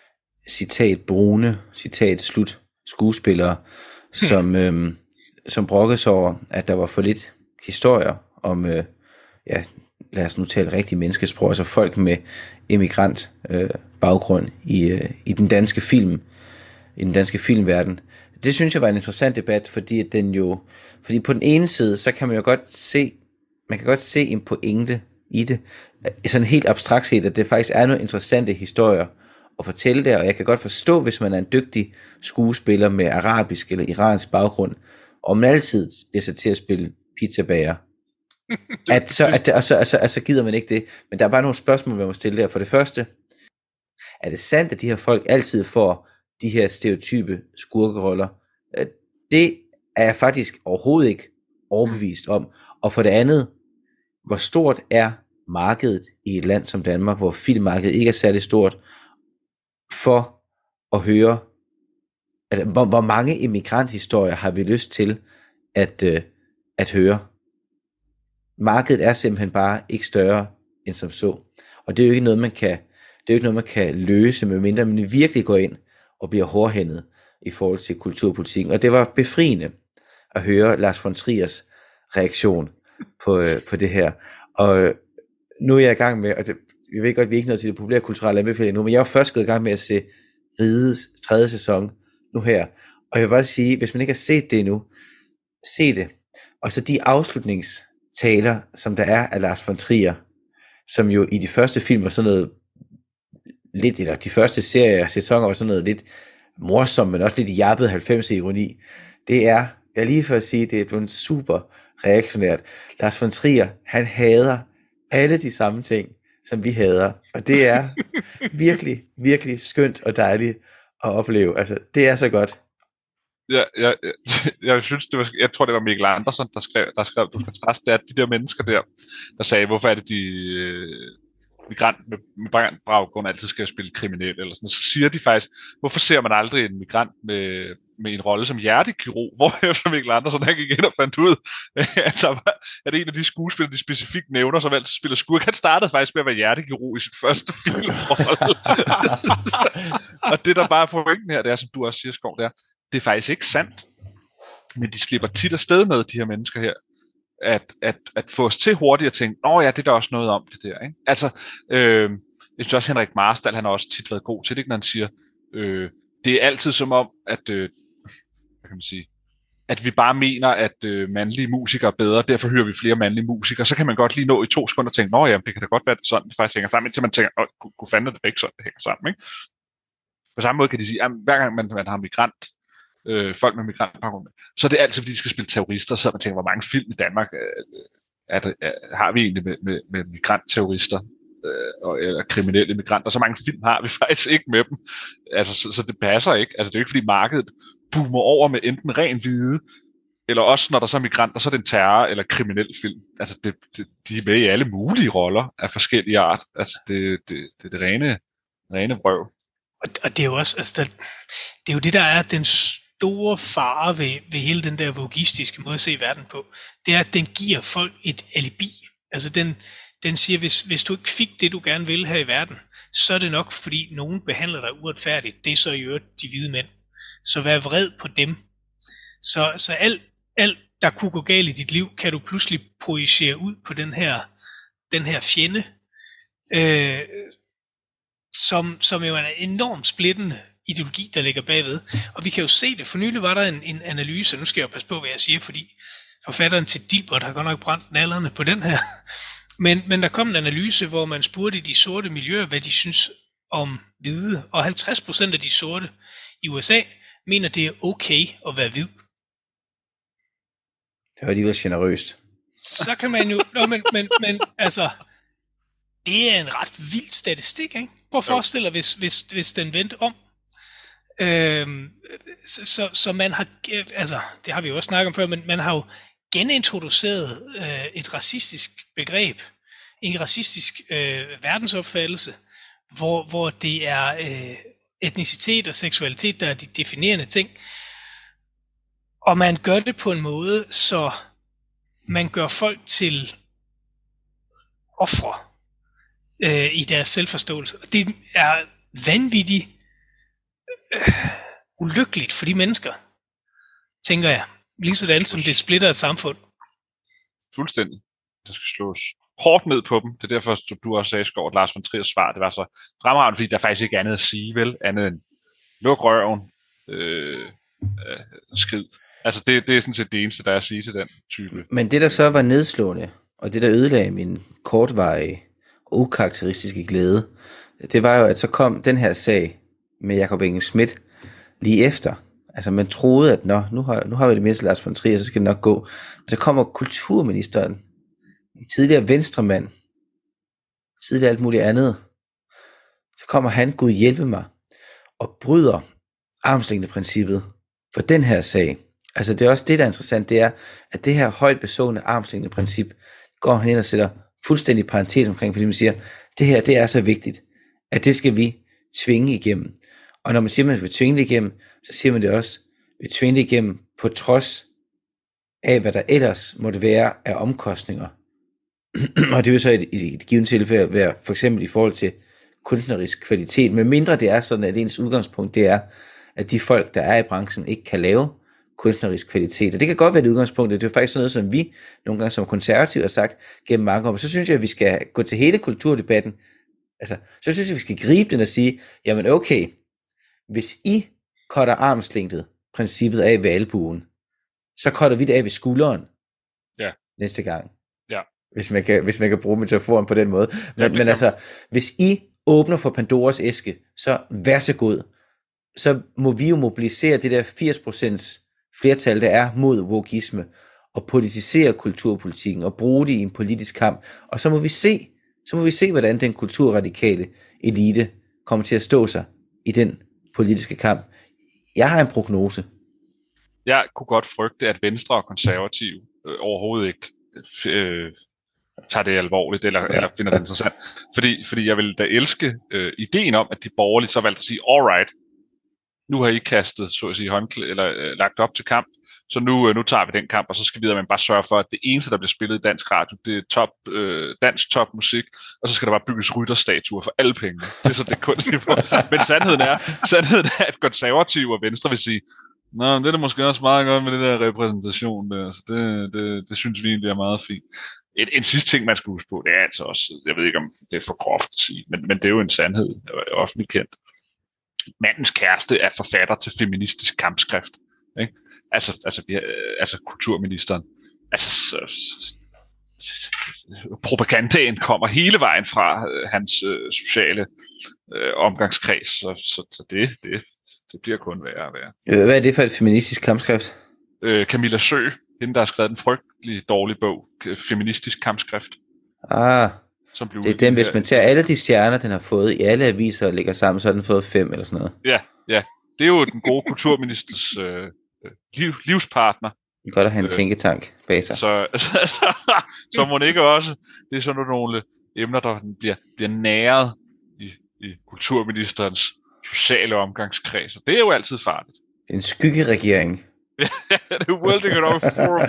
citat brune, citat slut skuespillere, som, øhm, som brokkede sig over, at der var for lidt historier om, øh, ja, lad os nu tale rigtig menneskesprog, altså folk med emigrant øh, baggrund i, øh, i den danske film, i den danske filmverden. Det synes jeg var en interessant debat, fordi at den jo, fordi på den ene side, så kan man jo godt se, man kan godt se en pointe i det, sådan helt abstrakt set, at det faktisk er nogle interessante historier at fortælle der, og jeg kan godt forstå, hvis man er en dygtig skuespiller med arabisk eller iransk baggrund, og man altid bliver sat til at spille pizzabager, at så, at, og så, altså, altså gider man ikke det. Men der er bare nogle spørgsmål, man må stille der. For det første, er det sandt, at de her folk altid får de her stereotype skurkeroller? Det er jeg faktisk overhovedet ikke overbevist om. Og for det andet, hvor stort er markedet i et land som Danmark, hvor filmmarkedet ikke er særlig stort, for at høre, altså, hvor, hvor mange emigranthistorier har vi lyst til at, øh, at høre? Markedet er simpelthen bare ikke større end som så. Og det er jo ikke noget, man kan, det er jo ikke noget, man kan løse, medmindre man virkelig går ind og bliver hårdhændet i forhold til kulturpolitikken. Og det var befriende at høre Lars von Triers reaktion på, øh, på det her. Og øh, nu er jeg i gang med, og det, jeg ved godt, at vi ikke nåede til det populære kulturelle anbefaling nu, men jeg var først gået i gang med at se Rides tredje sæson nu her. Og jeg vil bare sige, hvis man ikke har set det endnu, se det. Og så de afslutningstaler, som der er af Lars von Trier, som jo i de første film var sådan noget lidt, eller de første serier, sæsoner var sådan noget lidt morsomt, men også lidt jappet halvfemser ironi. Det er, jeg er lige for at sige, det er blevet super reaktionært. Lars von Trier, han hader alle de samme ting, som vi hader. Og det er virkelig, virkelig skønt og dejligt at opleve. Altså, det er så godt. Ja, jeg, jeg, jeg synes, det var, jeg tror, det var Mikkel Andersen, der skrev, der skrev du skal træste, det er de der mennesker der, der sagde, hvorfor er det, de øh, migrant med migrantbaggrund altid skal spille kriminel, eller sådan. Så siger de faktisk, hvorfor ser man aldrig en migrant med, med en rolle som hjertekirurg, hvor efter Mikkel Andersen, han gik ind og fandt ud, at, der var, at en af de skuespillere, de specifikt nævner, som altid spiller skurk, han startede faktisk med at være hjertekirurg i sin første filmrolle. Og det, der bare er pointen her, det er, som du også siger, Skov, der, det er faktisk ikke sandt, men de slipper tit afsted med, de her mennesker her, at, at, at få os til hurtigt at tænke, åh ja, det er der også noget om det der, ikke? Altså, øh, jeg synes også, Henrik Marstal, han har også tit været god til det, når han siger, øh, det er altid som om, at, øh, hvad kan man sige, at vi bare mener, at øh, mandlige musikere er bedre, derfor hører vi flere mandlige musikere, så kan man godt lige nå i to sekunder og tænke, nå ja, det kan da godt være, det sådan, det faktisk hænger sammen, indtil man tænker, åh, kunne fanden det ikke sådan, det hænger sammen, ikke? På samme måde kan de sige, at hver gang man, man har migrant, øh, folk med migrantbaggrund, så er det altid, fordi de skal spille terrorister, så man tænker, hvor mange film i Danmark øh, er det, er, har vi egentlig med, med, med migrantterrorister øh, eller kriminelle migranter, så mange film har vi faktisk ikke med dem. Altså, så, så det passer ikke. Altså, det er jo ikke, fordi markedet boomer over med enten ren hvide, eller også, når der så er migranter, så er det en terror- eller kriminel film. Altså, det, det, de er med i alle mulige roller af forskellige art. Altså, det, det, det er det rene, rene vrøv. Og, og det er jo også, altså, der, det er jo det, der er den store fare ved, ved hele den der vogistiske måde at se verden på. Det er, at den giver folk et alibi. Altså, den, den siger, hvis, hvis du ikke fik det, du gerne vil her i verden, så er det nok, fordi nogen behandler dig uretfærdigt. Det er så i øvrigt de hvide mænd. Så vær vred på dem. Så, så alt, alt, der kunne gå galt i dit liv, kan du pludselig projicere ud på den her, den her fjende, øh, som, som jo er en enormt splittende ideologi, der ligger bagved. Og vi kan jo se det. For nylig var der en, en analyse, nu skal jeg jo passe på, hvad jeg siger, fordi forfatteren til Dilbert har godt nok brændt nallerne på den her. Men, men der kom en analyse, hvor man spurgte de sorte miljøer, hvad de synes om hvide. Og halvtreds procent af de sorte i U S A mener, det er okay at være hvid. Det var alligevel generøst. Så kan man jo... Nå, men, men, men altså... Det er en ret vild statistik, ikke? Prøv at forestille dig, hvis, hvis, hvis den vendte om. Øhm, så, så, så man har... Altså, det har vi jo også snakket om før, men man har jo genintroduceret øh, et racistisk begreb. En racistisk øh, verdensopfattelse, hvor, hvor det er øh, etnicitet og seksualitet, der er de definerende ting. Og man gør det på en måde, så man gør folk til ofre øh, i deres selvforståelse. Og det er vanvittigt øh, ulykkeligt for de mennesker, tænker jeg. Ligesådan som det splitter et samfund. Fuldstændig. Der skal slås hårdt ned på dem. Det er derfor, som du også sagde, Skov, at Lars von Triers svar, det var så fremragende, fordi der er faktisk ikke andet at sige, vel, andet end luk røven, øh, øh, skrid. Altså, det, det er sådan set det eneste, der er at sige til den type. Men det, der så var nedslående, og det, der ødelagde min kortvarige og ukarakteristiske glæde, det var jo, at så kom den her sag med Jakob Engel-Schmidt lige efter. Altså, man troede, at nå, nu har, nu har vi det mindste Lars von Trier, så skal det nok gå. Men så kommer kulturministeren, en tidligere venstremand, tidligere alt muligt andet, så kommer han, Gud hjælpe mig, og bryder armslængdeprincippet for den her sag. Altså det er også det, der er interessant, det er, at det her højt besående armslængdeprincip, går han ind og sætter fuldstændig parentes omkring, fordi man siger, det her, det er så vigtigt, at det skal vi tvinge igennem. Og når man siger, at man vil tvinge det igennem, så siger man det også, vi vil tvinge det igennem på trods af, hvad der ellers måtte være af omkostninger. Og det vil så i, i et givet tilfælde være for eksempel i forhold til kunstnerisk kvalitet, men mindre det er sådan, at ens udgangspunkt det er, at de folk, der er i branchen, ikke kan lave kunstnerisk kvalitet. Og det kan godt være det udgangspunkt, det er faktisk sådan noget, som vi nogle gange som konservative har sagt gennem mange år, men så synes jeg, at vi skal gå til hele kulturdebatten, altså, så synes jeg, at vi skal gribe den og sige, jamen okay, hvis I cutter armslængdet princippet af ved albuen, så cutter vi det af ved skulderen ja. næste gang. Ja. Hvis man kan, hvis man kan bruge metaforen på den måde. Men, ja, men altså, hvis I åbner for Pandoras æske, så vær så god. Så må vi jo mobilisere det der firs procent flertal, der er mod wokeisme, og politisere kulturpolitikken, og bruge det i en politisk kamp. Og så må vi se, så må vi se, hvordan den kulturradikale elite kommer til at stå sig i den politiske kamp. Jeg har en prognose. Jeg kunne godt frygte, at Venstre og Konservative øh, overhovedet ikke øh, tager det alvorligt, eller, ja. eller finder det interessant. Fordi, fordi jeg vil da elske øh, ideen om, at de borgerlige så valgte at sige, alright, nu har I kastet, så at sige, håndklæde, eller øh, lagt op til kamp, så nu, øh, nu tager vi den kamp, og så skal vi man bare sørge for, at det eneste, der bliver spillet i dansk radio, det er top, øh, dansk topmusik, og så skal der bare bygges rytterstatuer for alle penge. Det er så det kunstniveau. Men sandheden er, sandheden er, at konservative og Venstre vil sige, nå, det er da måske også meget godt med det der repræsentation der, så det, det, det synes vi egentlig er meget fint. En, en sidste ting, man skal huske på, det er altså også, jeg ved ikke, om det er for groft at sige, men, men det er jo en sandhed, der er offentligt kendt. Mandens kæreste er forfatter til feministisk kampskrift. Ikke? Altså, altså, altså kulturministeren. Altså, så, så, propagandaen kommer hele vejen fra øh, hans øh, sociale øh, omgangskreds, så, så, så det, det, det bliver kun værre og værre. Hvad er det for et feministisk kampskrift? Øh, Camilla Sø, hende der har skrevet en frygtelig dårlig bog, Feministisk kampskrift. Ah, som blev det er den, hvis man tager alle de stjerner, den har fået i alle aviser og lægger sammen, så har den fået fem eller sådan noget. Ja, ja. Det er jo den gode kulturministers øh, liv, livspartner. Det er godt at have en øh, tænketank bag sig. Så, så, så må det ikke også, det er sådan nogle emner, der bliver, bliver næret i, i kulturministerens sociale omgangskreds. Og det er jo altid farligt. Det er en skyggeregering. Det er World Economic Forum.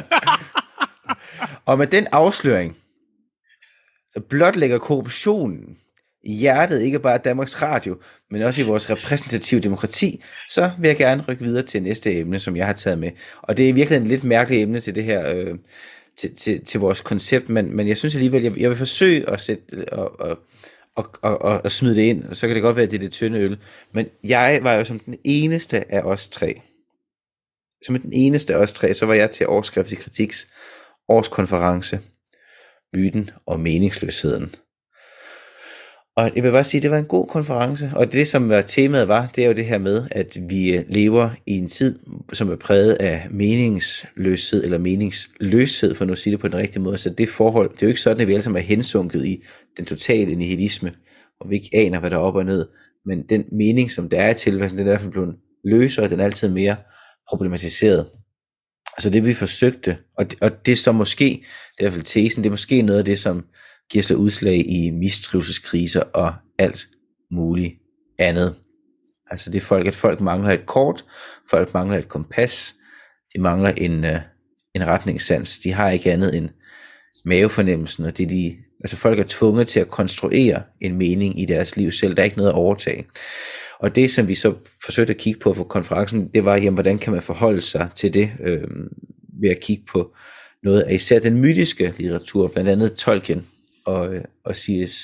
Og med den afsløring, så blotlægger korruptionen i hjertet, ikke bare Danmarks Radio, men også i vores repræsentative demokrati, så vil jeg gerne rykke videre til næste emne, som jeg har taget med. Og det er virkelig en lidt mærkelig emne til det her, øh, til, til, til vores koncept, men, men jeg synes alligevel, jeg, jeg vil forsøge at sætte og, og, og, og, og, og smide det ind, og så kan det godt være, at det er det tynde øl. Men jeg var jo som den eneste af os tre, som den eneste af os tre, så var jeg til Overskrift i Kritiks årskonference, Myten og meningsløsheden. Og jeg vil bare sige, at det var en god konference, og det som var temaet var, det er jo det her med, at vi lever i en tid, som er præget af meningsløshed, eller meningsløshed, for nu at sige det på den rigtige måde. Så det forhold, det er jo ikke sådan, at vi alle sammen er hensunket i den totale nihilisme, og vi ikke aner, hvad der er op og ned. Men den mening, som der er i tilværelsen, den er i hvert fald blevet løsere, og den er altid mere problematiseret. Så det vi forsøgte, og det, og det som måske, det er i hvert fald tesen, det er måske noget af det, som giver sig udslag i mistrivselskriser og alt muligt andet. Altså det er folk, at folk mangler et kort, folk mangler et kompas, de mangler en, uh, en retningssans, de har ikke andet end mavefornemmelsen, og det de, altså folk er tvunget til at konstruere en mening i deres liv selv, der er ikke noget at overtage. Og det, som vi så forsøgte at kigge på for konferencen, det var, jamen, hvordan kan man forholde sig til det, øh, ved at kigge på noget af især den mytiske litteratur, blandt andet Tolkien og, og C S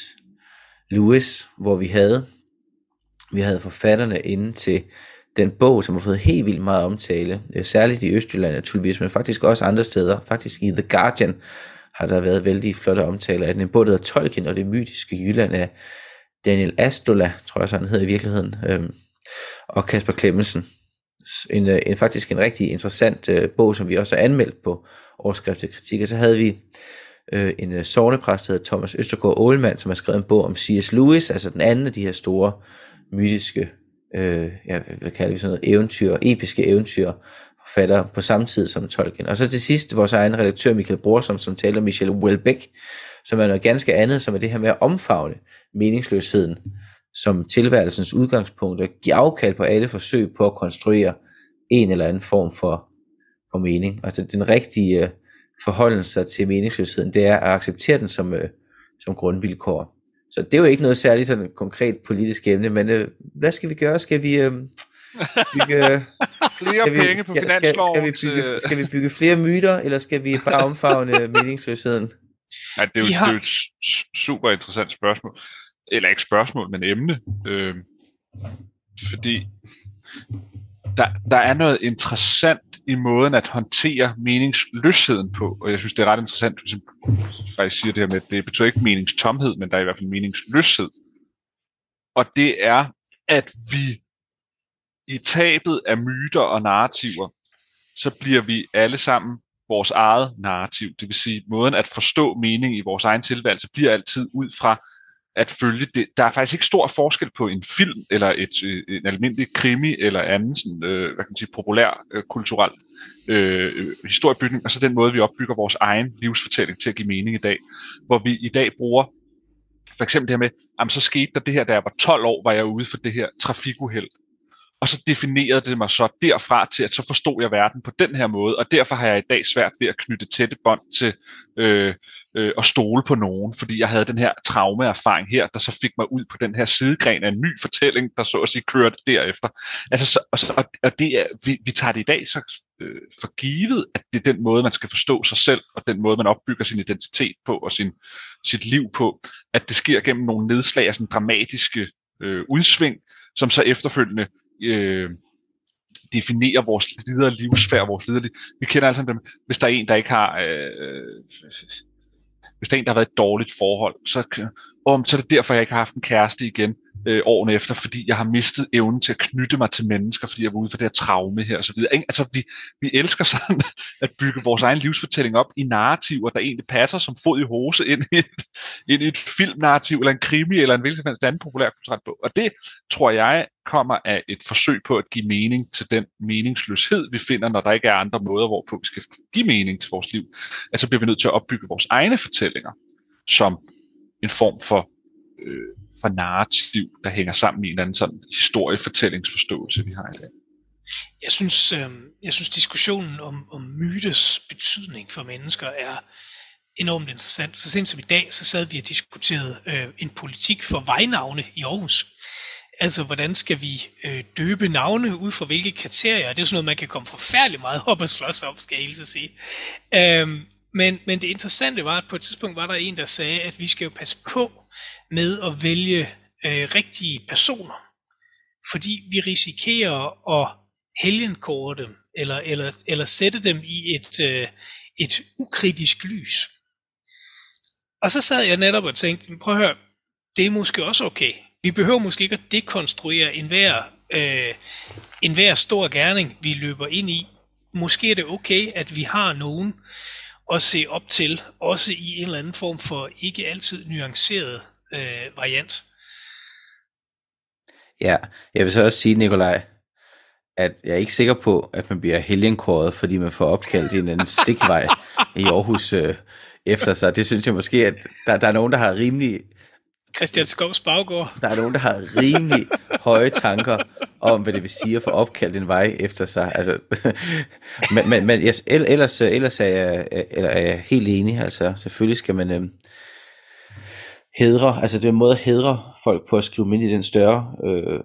Lewis, hvor vi havde, vi havde forfatterne inde til den bog, som har fået helt vildt meget omtale, særligt i Østjylland naturligvis, men faktisk også andre steder. Faktisk i The Guardian har der været vældig flotte omtaler af den. En bog, der hedder Tolkien og det mytiske Jylland af Daniel Astola, tror jeg så han hedder i virkeligheden, øhm, og Kasper Clemmensen. En, en, faktisk en rigtig interessant øh, bog, som vi også har anmeldt på Overskriftet Kritik. Og så havde vi øh, en øh, sognepræst, der hedder Thomas Østergaard Åhlmann, som har skrevet en bog om C S Lewis, altså den anden af de her store mytiske, øh, ja, hvad kalder vi sådan noget, eventyr, episke eventyr, forfatter på samme tid som Tolkien. Og så til sidst vores egen redaktør Michael Brorsom, som taler om Michel Houellebecq, som er noget ganske andet, som er det her med at omfavne meningsløsheden som tilværelsens udgangspunkt, og give afkald på alle forsøg på at konstruere en eller anden form for, for mening. Altså den rigtige øh, forholden sig til meningsløsheden, det er at acceptere den som, øh, som grundvilkår. Så det er jo ikke noget særligt sådan konkret politisk emne, men øh, hvad skal vi gøre? Skal vi... Øh, bygge, flere vi, penge på skal, finansloven. Skal, skal, vi bygge, skal vi bygge flere myter, eller skal vi bare omfavne meningsløsheden? Ja, det er jo, har... det er jo et super interessant spørgsmål. Eller ikke spørgsmål, men emne. Øh, fordi der, der er noget interessant i måden at håndtere meningsløsheden på, og jeg synes, det er ret interessant, hvis jeg faktisk siger det her med, at det betyder ikke meningstomhed, men der er i hvert fald meningsløshed. Og det er, at vi i tabet af myter og narrativer, så bliver vi alle sammen vores eget narrativ. Det vil sige, måden at forstå mening i vores egen tilværelse bliver altid ud fra at følge det. Der er faktisk ikke stor forskel på en film, eller et, en almindelig krimi, eller anden sådan, øh, hvad kan man sige, populær, øh, kulturel øh, historiebygning, og så den måde, vi opbygger vores egen livsfortælling til at give mening i dag. Hvor vi i dag bruger for eksempel det her med, jamen så skete der det her, da jeg var tolv år, var jeg ude for det her trafikuheld. Og så definerede det mig så derfra til, at så forstod jeg verden på den her måde, og derfor har jeg i dag svært ved at knytte tætte bånd til øh, øh, at stole på nogen, fordi jeg havde den her traumeerfaring her, der så fik mig ud på den her sidegren af en ny fortælling, der så at sige kørte derefter. Altså, så, og, så, og det er, vi, vi tager det i dag så øh, for givet, at det er den måde, man skal forstå sig selv, og den måde, man opbygger sin identitet på, og sin, sit liv på, at det sker gennem nogle nedslag af sådan dramatiske øh, udsving, som så efterfølgende Øh, definerer vores videre livsfærd, vores videre liv. Vi kender alle sammen dem. Hvis der er en, der ikke har øh, hvis der er en, der har været et dårligt forhold, så, om, så er det derfor, jeg ikke har haft en kæreste igen øh, årene efter, fordi jeg har mistet evnen til at knytte mig til mennesker, fordi jeg var ude for det her traume her og så videre. Altså, vi, vi elsker sådan at bygge vores egen livsfortælling op i narrativer, der egentlig passer som fod i hose ind i et, ind i et filmnarrativ, eller en krimi, eller en hvilken som helst anden populær kulturel bog. Og det, tror jeg, kommer af et forsøg på at give mening til den meningsløshed, vi finder, når der ikke er andre måder, hvorpå vi skal give mening til vores liv. Altså bliver vi nødt til at opbygge vores egne fortællinger som en form for, øh, for narrativ, der hænger sammen med en eller anden sådan historiefortællingsforståelse, vi har i dag. Jeg synes, øh, jeg synes diskussionen om, om mytes betydning for mennesker er enormt interessant. Så sent som i dag, så sad vi og diskuterede øh, en politik for vejnavne i Aarhus. Altså, hvordan skal vi øh, døbe navne ud fra hvilke kriterier? Det er sådan noget, man kan komme forfærdeligt meget op og slås op, skal jeg hilse at sige. Øhm, men, men det interessante var, at på et tidspunkt var der en, der sagde, at vi skal jo passe på med at vælge øh, rigtige personer. Fordi vi risikerer at helgenkåre dem, eller, eller, eller sætte dem i et, øh, et ukritisk lys. Og så sad jeg netop og tænkte, prøv at høre, det er måske også okay. Vi behøver måske ikke at dekonstruere enhver, øh, enhver stor gerning, vi løber ind i. Måske er det okay, at vi har nogen at se op til, også i en eller anden form for ikke altid nuanceret øh, variant. Ja, jeg vil så også sige, Nikolaj, at jeg er ikke sikker på, at man bliver helgenkåret, fordi man får opkaldt en anden stikvej i Aarhus øh, efter sig. Det synes jeg måske, at der, der er nogen, der har rimelig... Christian Skovs Baggård. Der er nogen, der har rimelig høje tanker om, hvad det vil sige at få opkaldt en vej efter sig. Altså, men men, men jeg, ellers, ellers er, jeg, eller er jeg helt enig. Altså, selvfølgelig skal man øh, hædre, altså det er en måde at hædre folk på at skrive ind i den større øh,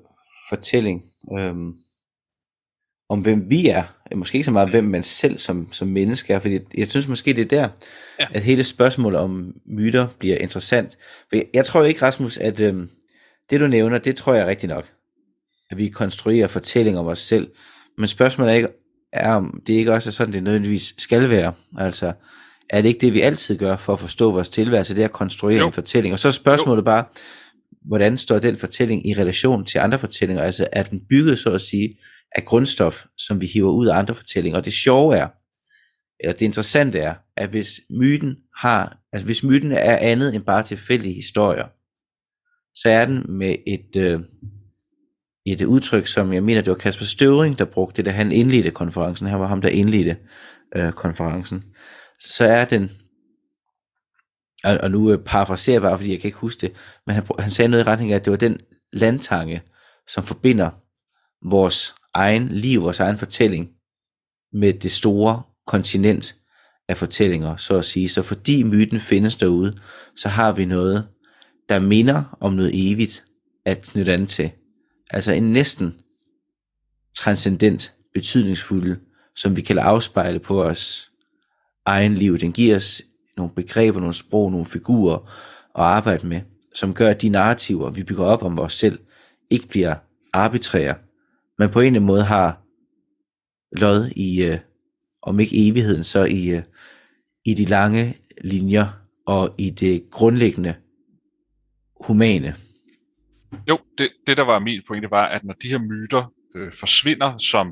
fortælling øhm, om hvem vi er, måske ikke så meget hvem man selv som, som menneske er, fordi jeg synes måske det er der, ja. at hele spørgsmålet om myter bliver interessant. For jeg, jeg tror ikke, Rasmus, at øhm, det du nævner, det tror jeg er rigtigt nok, at vi konstruerer fortællinger om os selv, men spørgsmålet er ikke, er om det ikke også er sådan, det nødvendigvis skal være, altså er det ikke det, vi altid gør for at forstå vores tilværelse, det er at konstruere jo. en fortælling, og så er spørgsmålet jo. bare, hvordan står den fortælling i relation til andre fortællinger, altså er den bygget, så at sige, af grundstof, som vi hiver ud af andre fortællinger, og det sjove er, eller det interessante er, at hvis myten har, altså hvis myten er andet end bare tilfældige historier, så er den med et, øh, et udtryk, som jeg mener, det var Kasper Støvring, der brugte det, da han indledte konferencen, han var ham, der indledte øh, konferencen, så er den, og, og nu øh, parafraserer jeg bare, fordi jeg kan ikke huske det, men han, han sagde noget i retning af, at det var den landtange, som forbinder vores egen liv, vores egen fortælling, med det store kontinent af fortællinger, så at sige. Så fordi myten findes derude, så har vi noget, der minder om noget evigt at knytte an til. Altså en næsten transcendent, betydningsfuld, som vi kan afspejle på vores egen liv. Den giver os nogle begreber, nogle sprog, nogle figurer at arbejde med, som gør, at de narrativer, vi bygger op om os selv, ikke bliver arbitrære, men på en eller anden måde har lod i, øh, om ikke evigheden, så i, øh, i de lange linjer og i det grundlæggende humane. Jo, det, det der var min pointe var, at når de her myter øh, forsvinder som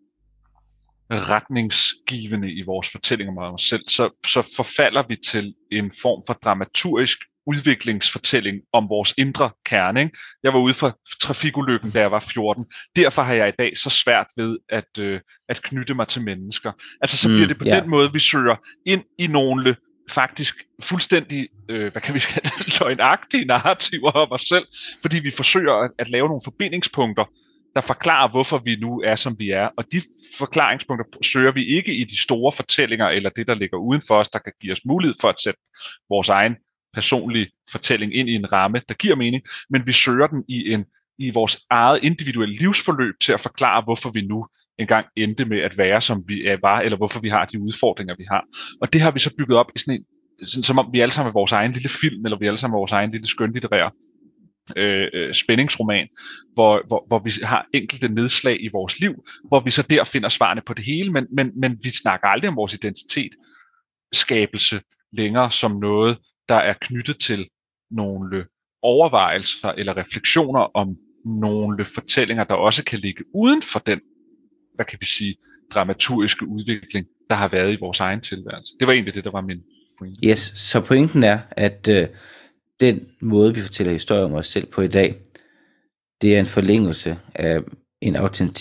retningsgivende i vores fortællinger om os selv, så, så forfalder vi til en form for dramaturgisk udviklingsfortælling om vores indre kerne. Ikke? Jeg var ude for trafikulykken, da jeg var fjorten. Derfor har jeg i dag så svært ved at, øh, at knytte mig til mennesker. Altså så bliver det på mm, yeah. den måde, vi søger ind i nogle faktisk fuldstændig, øh, hvad kan vi kalde det, løgnagtige narrativer om os selv, fordi vi forsøger at, at lave nogle forbindingspunkter, der forklarer, hvorfor vi nu er, som vi er. Og de forklaringspunkter søger vi ikke i de store fortællinger, eller det, der ligger uden for os, der kan give os mulighed for at sætte vores egen personlige fortælling ind i en ramme, der giver mening, men vi søger den i, en, i vores eget individuelle livsforløb til at forklare, hvorfor vi nu engang endte med at være, som vi er, var, eller hvorfor vi har de udfordringer, vi har. Og det har vi så bygget op i sådan en, sådan, som om vi alle sammen er vores egen lille film, eller vi alle sammen er vores egen lille skønlitterære øh, spændingsroman, hvor, hvor, hvor vi har enkelte nedslag i vores liv, hvor vi så der finder svarene på det hele, men, men, men vi snakker aldrig om vores identitet, skabelse længere som noget, der er knyttet til nogle overvejelser eller refleksioner om nogle fortællinger, der også kan ligge uden for den, hvad kan vi sige, dramaturgiske udvikling, der har været i vores egen tilværelse. Det var egentlig det, der var min pointe. Yes, så pointen er, at øh, den måde, vi fortæller historier om os selv på i dag, det er en forlængelse af en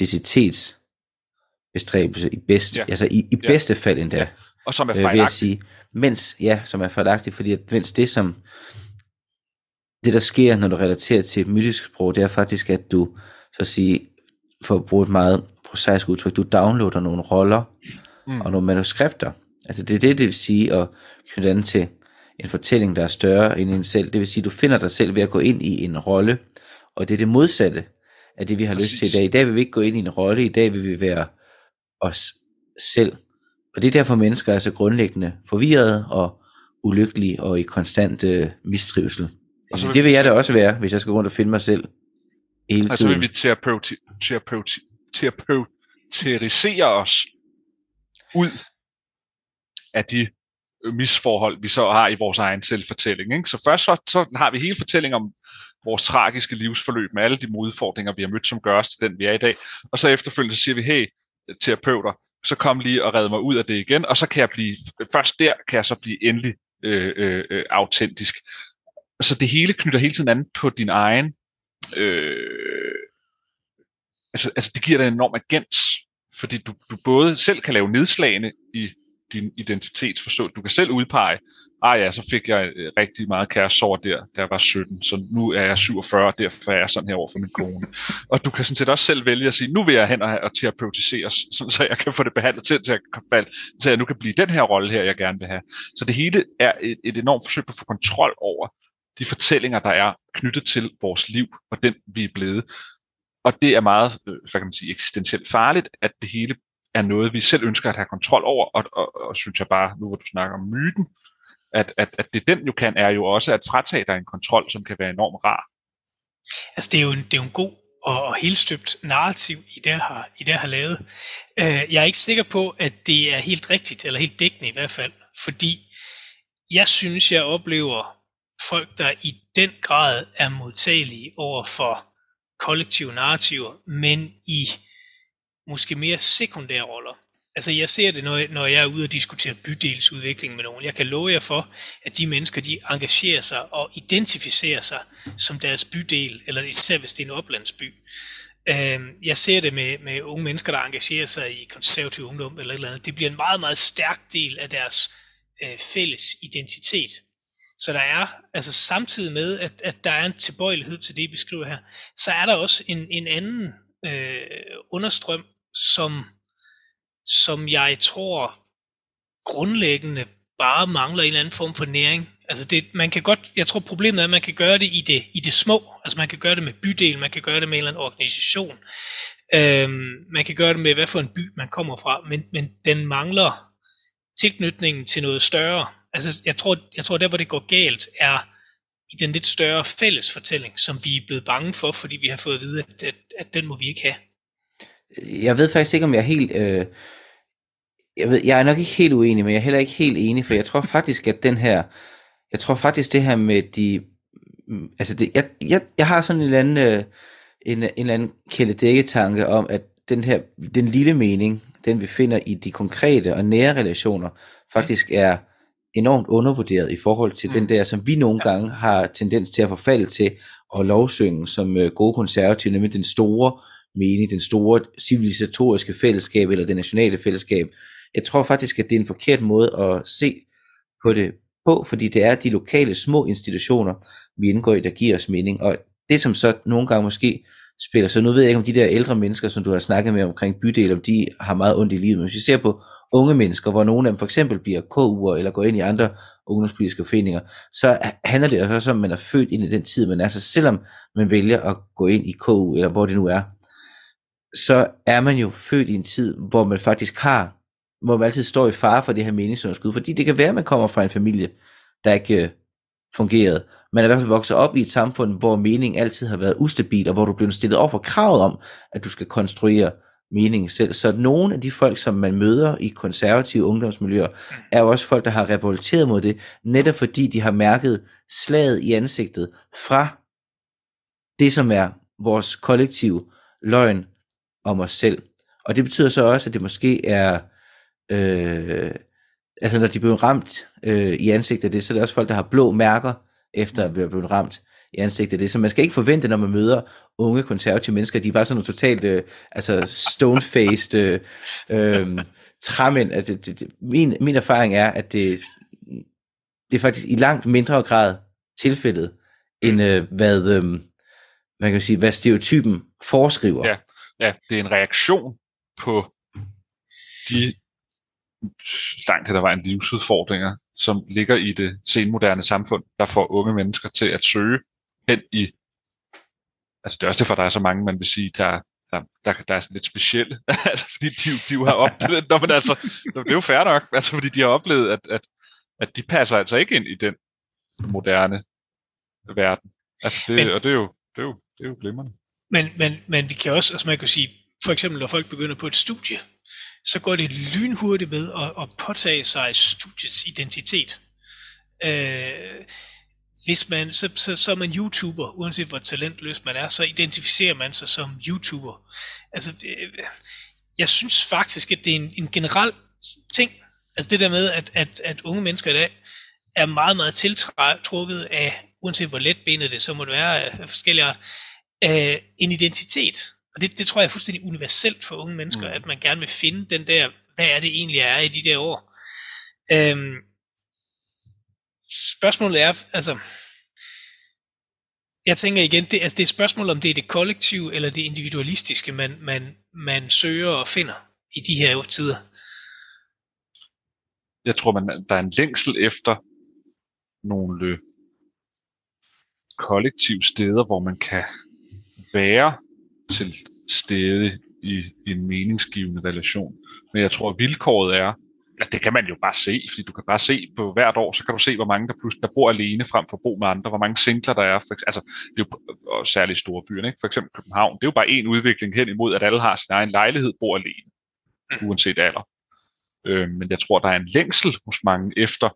autenticitetsbestræbelse i bedste, ja. altså i, i ja. bedste fald endda. Ja. Og som er fejlagtig. Mens, ja, som er fejlagtigt, fordi at, mens det som, det der sker, når du relaterer til et mytisk sprog, det er faktisk, at du, så at sige, for at bruge et meget prosaisk udtryk, du downloader nogle roller mm. og nogle manuskripter. Altså det er det, det vil sige at knytte an til en fortælling, der er større end en selv. Det vil sige, at du finder dig selv ved at gå ind i en rolle, og det er det modsatte af det, vi har Præcis. lyst til i dag. I dag vil vi ikke gå ind i en rolle, i dag vil vi være os selv. Og det er derfor, mennesker er så grundlæggende forvirrede og ulykkelige og i konstant øh, mistrivsel. Og så vil det vil jeg da også være, hvis jeg skal gå rundt og finde mig selv hele tiden. Og så vil vi terapeuti, terapeuti, terapeutisere os ud af de misforhold, vi så har i vores egen selvfortælling. Ikke? Så først så, så har vi hele fortællingen om vores tragiske livsforløb med alle de modudfordringer, vi har mødt, som gør os til den, vi er i dag. Og så efterfølgende så siger vi, hey, terapeuter, så kom lige og redde mig ud af det igen, og så kan jeg blive, først der kan jeg så blive endelig øh, øh, autentisk. Så det hele knytter hele tiden an på din egen, øh, altså, altså det giver dig en enorm agens, fordi du, du både selv kan lave nedslagene i din identitetsforståelse, du kan selv udpege, ah ja, så fik jeg rigtig meget kærestesorg der, da jeg var sytten, så nu er jeg syvogfyrre, og derfor er jeg sådan her over for min kone. Og du kan sådan set også selv vælge at sige, nu vil jeg hen og, og terapeutiseres, sådan, så jeg kan få det behandlet til, til, jeg, til jeg nu kan blive den her rolle her, jeg gerne vil have. Så det hele er et, et enormt forsøg på at få kontrol over de fortællinger, der er knyttet til vores liv, og den vi er blevet. og det er meget, øh, hvad kan man sige, eksistentielt farligt, at det hele er noget, vi selv ønsker at have kontrol over, og, og, og synes jeg bare, nu hvor du snakker om myten, at, at, at det den jo kan, er jo også at fratage dig en kontrol, som kan være enormt rar. Altså det er jo en, det er jo en god og, og helstøbt narrativ, I der har, I der har lavet. Uh, jeg er ikke sikker på, at det er helt rigtigt, eller helt dækkende i hvert fald, fordi jeg synes, jeg oplever folk, der i den grad er modtagelige over for kollektive narrativer, men i måske mere sekundære roller. Altså jeg ser det, når jeg, når jeg er ude og diskutere bydelsudvikling med nogen. Jeg kan love jer for, at de mennesker, de engagerer sig og identificerer sig som deres bydel, eller især hvis det er en oplandsby. Jeg ser det med, med unge mennesker, der engagerer sig i konservativ ungdom eller et eller andet. Det bliver en meget, meget stærk del af deres øh, fælles identitet. Så der er, altså samtidig med, at, at der er en tilbøjelighed til det, I beskriver her, så er der også en, en anden øh, understrøm, som, som jeg tror grundlæggende bare mangler en eller anden form for næring. Altså det, man kan godt, jeg tror problemet er, at man kan gøre det i det, i det små. Altså man kan gøre det med bydel, man kan gøre det med en eller anden organisation. Øhm, man kan gøre det med, hvad for en by man kommer fra, men, men den mangler tilknytningen til noget større. Altså jeg tror, jeg tror der hvor det går galt er i den lidt større fælles fortælling, som vi er blevet bange for, fordi vi har fået at vide, at, at, at den må vi ikke have. Jeg ved faktisk ikke, om jeg er helt... Øh, jeg, ved, jeg er nok ikke helt uenig, men jeg er heller ikke helt enig, for jeg tror faktisk, at den her... Jeg tror faktisk, det her med de... Altså, det, jeg, jeg, jeg har sådan en eller anden, øh, en, en eller anden kæledækketanke om, at den her, den lille mening, den vi finder i de konkrete og nære relationer, faktisk er enormt undervurderet i forhold til mm. den der, som vi nogle gange har tendens til at forfalde til at lovsynge som øh, gode konservative, nemlig den store mening, den store civilisatoriske fællesskab, eller det nationale fællesskab. Jeg tror faktisk, at det er en forkert måde at se på det på, fordi det er de lokale små institutioner, vi indgår i, der giver os mening, og det som så nogle gange måske spiller, så nu ved jeg ikke om de der ældre mennesker, som du har snakket med omkring bydel, om de har meget ondt i livet, men hvis vi ser på unge mennesker, hvor nogle af dem for eksempel bliver K U'er, eller går ind i andre ungdomspolitiske foreninger, så handler det også om, at man er født ind i den tid, man er, så selvom man vælger at gå ind i K U, eller hvor det nu er, så er man jo født i en tid, hvor man faktisk har, hvor man altid står i fare for det her meningsunderskud, fordi det kan være, at man kommer fra en familie, der ikke øh, fungerede. Man er i hvert fald vokset op i et samfund, hvor meningen altid har været ustabil, og hvor du bliver stillet over for kravet om, at du skal konstruere meningen selv. Så nogle af de folk, som man møder i konservative ungdomsmiljøer, er jo også folk, der har revolteret mod det, netop fordi de har mærket slaget i ansigtet fra det, som er vores kollektive løgn om os selv. Og det betyder så også, at det måske er Øh, altså når de bliver ramt øh, i ansigtet af det, så er det også folk, der har blå mærker efter at være blevet ramt i ansigtet af det, så man skal ikke forvente, når man møder unge konservative mennesker, de er bare sådan nogle totalt øh, altså stone-faced øh, øh, træmænd. Altså, det, det, min, min erfaring er, at det, det er faktisk i langt mindre grad tilfældet, end øh, hvad, øh, man kan sige, hvad stereotypen foreskriver. Ja, ja, det er en reaktion på de langt hen ad vejen livsudfordringer, som ligger i det senmoderne samfund, der får unge mennesker til at søge hen i, altså det er også derfor, der er så mange, man vil sige, der, der, der, der er sådan lidt specielle, altså fordi de, de jo har oplevet, når man altså, det er jo fair nok, altså fordi de har oplevet, at, at, at de passer altså ikke ind i den moderne verden. Altså det, men, og det er jo, det er jo, det er jo glimrende. Men, men, men vi kan også, altså man kan sige, for eksempel når folk begynder på et studie, så går det lynhurtigt med at, at påtage sig studiets identitet. Øh, hvis man, så, så, så er man YouTuber, uanset hvor talentløs man er, så identificerer man sig som YouTuber. Altså, øh, jeg synes faktisk, at det er en, en generel ting, altså det der med, at, at, at unge mennesker i dag er meget, meget tiltrukket af, uanset hvor letbenet det så må det være, af forskellige art, øh, en identitet. Og det, det tror jeg er fuldstændig universelt for unge mennesker, mm. at man gerne vil finde den der, hvad er det egentlig er i de der år. Øhm, spørgsmålet er, altså, jeg tænker igen, det, altså det er et spørgsmål, om det er det kollektive eller det individualistiske, man, man, man søger og finder i de her tider. Jeg tror, man, der er en længsel efter nogle kollektive steder, hvor man kan være til stede i, i en meningsgivende relation. Men jeg tror, at vilkåret er, ja, det kan man jo bare se, fordi du kan bare se på hvert år, så kan du se, hvor mange der pludselig der bor alene frem for at bo med andre, hvor mange singler der er, for, altså, det er jo og særligt store byer, ikke? For eksempel København, det er jo bare en udvikling hen imod, at alle har sin egen lejlighed, bor alene, uanset alder. Øh, men jeg tror, der er en længsel hos mange efter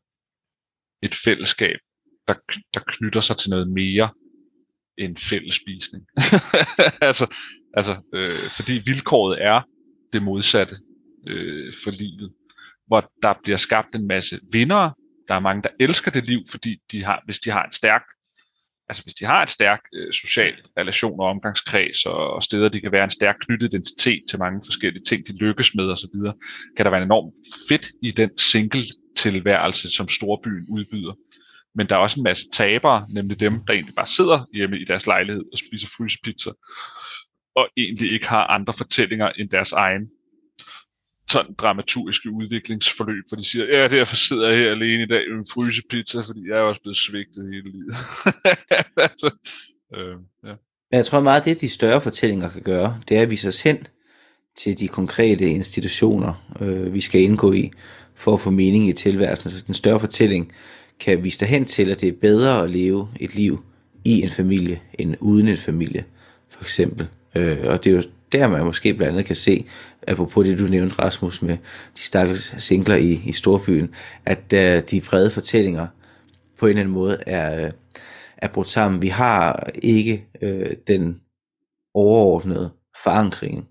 et fællesskab, der, der knytter sig til noget mere end fællesspisning. altså, altså øh, fordi vilkåret er det modsatte øh, for livet, hvor der bliver skabt en masse vindere. Der er mange, der elsker det liv, fordi de har, hvis de har en stærk, altså hvis de har en stærk øh, social relation og omgangskreds og, og steder, de kan være en stærk knyttet identitet til mange forskellige ting, de lykkes med osv., kan der være enormt fedt i den single-tilværelse, som storbyen udbyder. Men der er også en masse tabere, nemlig dem, der egentlig bare sidder hjemme i deres lejlighed og spiser frysepizza, og egentlig ikke har andre fortællinger end deres egen sådan dramaturgiske udviklingsforløb, hvor de siger, ja, derfor sidder jeg her alene i dag med en frysepizza, fordi jeg er også blevet svigtet hele livet. altså, øh, ja. Jeg tror meget, det de større fortællinger kan gøre, det er at vise os hen til de konkrete institutioner, øh, vi skal indgå i, for at få mening i tilværelsen. Så den større fortælling kan vise dig hen til, at det er bedre at leve et liv i en familie, end uden en familie, for eksempel. Øh, og det er jo der, man måske blandt andet kan se, apropos det, du nævnte, Rasmus, med de stakkels singler i, i storbyen, at uh, de brede fortællinger på en eller anden måde er, uh, er brudt sammen. Vi har ikke uh, den overordnede forankring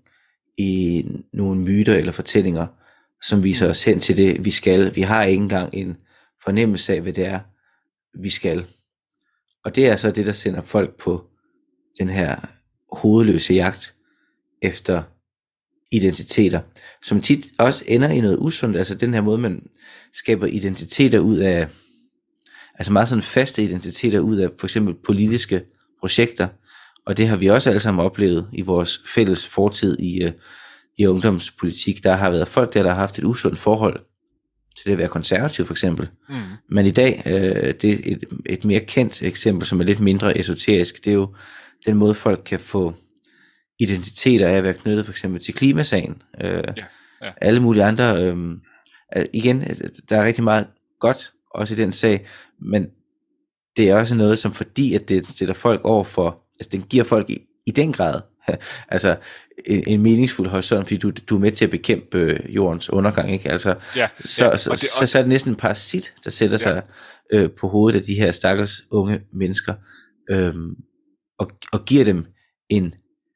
i nogle myter eller fortællinger, som viser os hen til det, vi skal. Vi har ikke engang en fornemmelse af, hvad det er, vi skal. Og det er så det, der sender folk på den her hovedløse jagt efter identiteter, som tit også ender i noget usundt, altså den her måde, man skaber identiteter ud af, altså meget sådan faste identiteter ud af for eksempel politiske projekter, og det har vi også alle sammen oplevet i vores fælles fortid i, uh, i ungdomspolitik. Der har været folk der, der har haft et usundt forhold til det at være konservativ for eksempel, mm. men i dag, uh, det er et, et mere kendt eksempel, som er lidt mindre esoterisk, det er jo den måde, folk kan få identiteter af at være knyttet for eksempel til klimasagen. Øh, ja, ja. Alle mulige andre. Øh, igen, der er rigtig meget godt også i den sag, men det er også noget, som fordi, at det sætter folk over for, altså den giver folk i, i den grad, altså en, en meningsfuld horisont, fordi du, du er med til at bekæmpe jordens undergang, ikke? Altså, ja, så, ja, så, det, så, så er det næsten en parasit, der sætter ja. sig øh, på hovedet af de her stakkels unge mennesker, øh, og, og giver dem en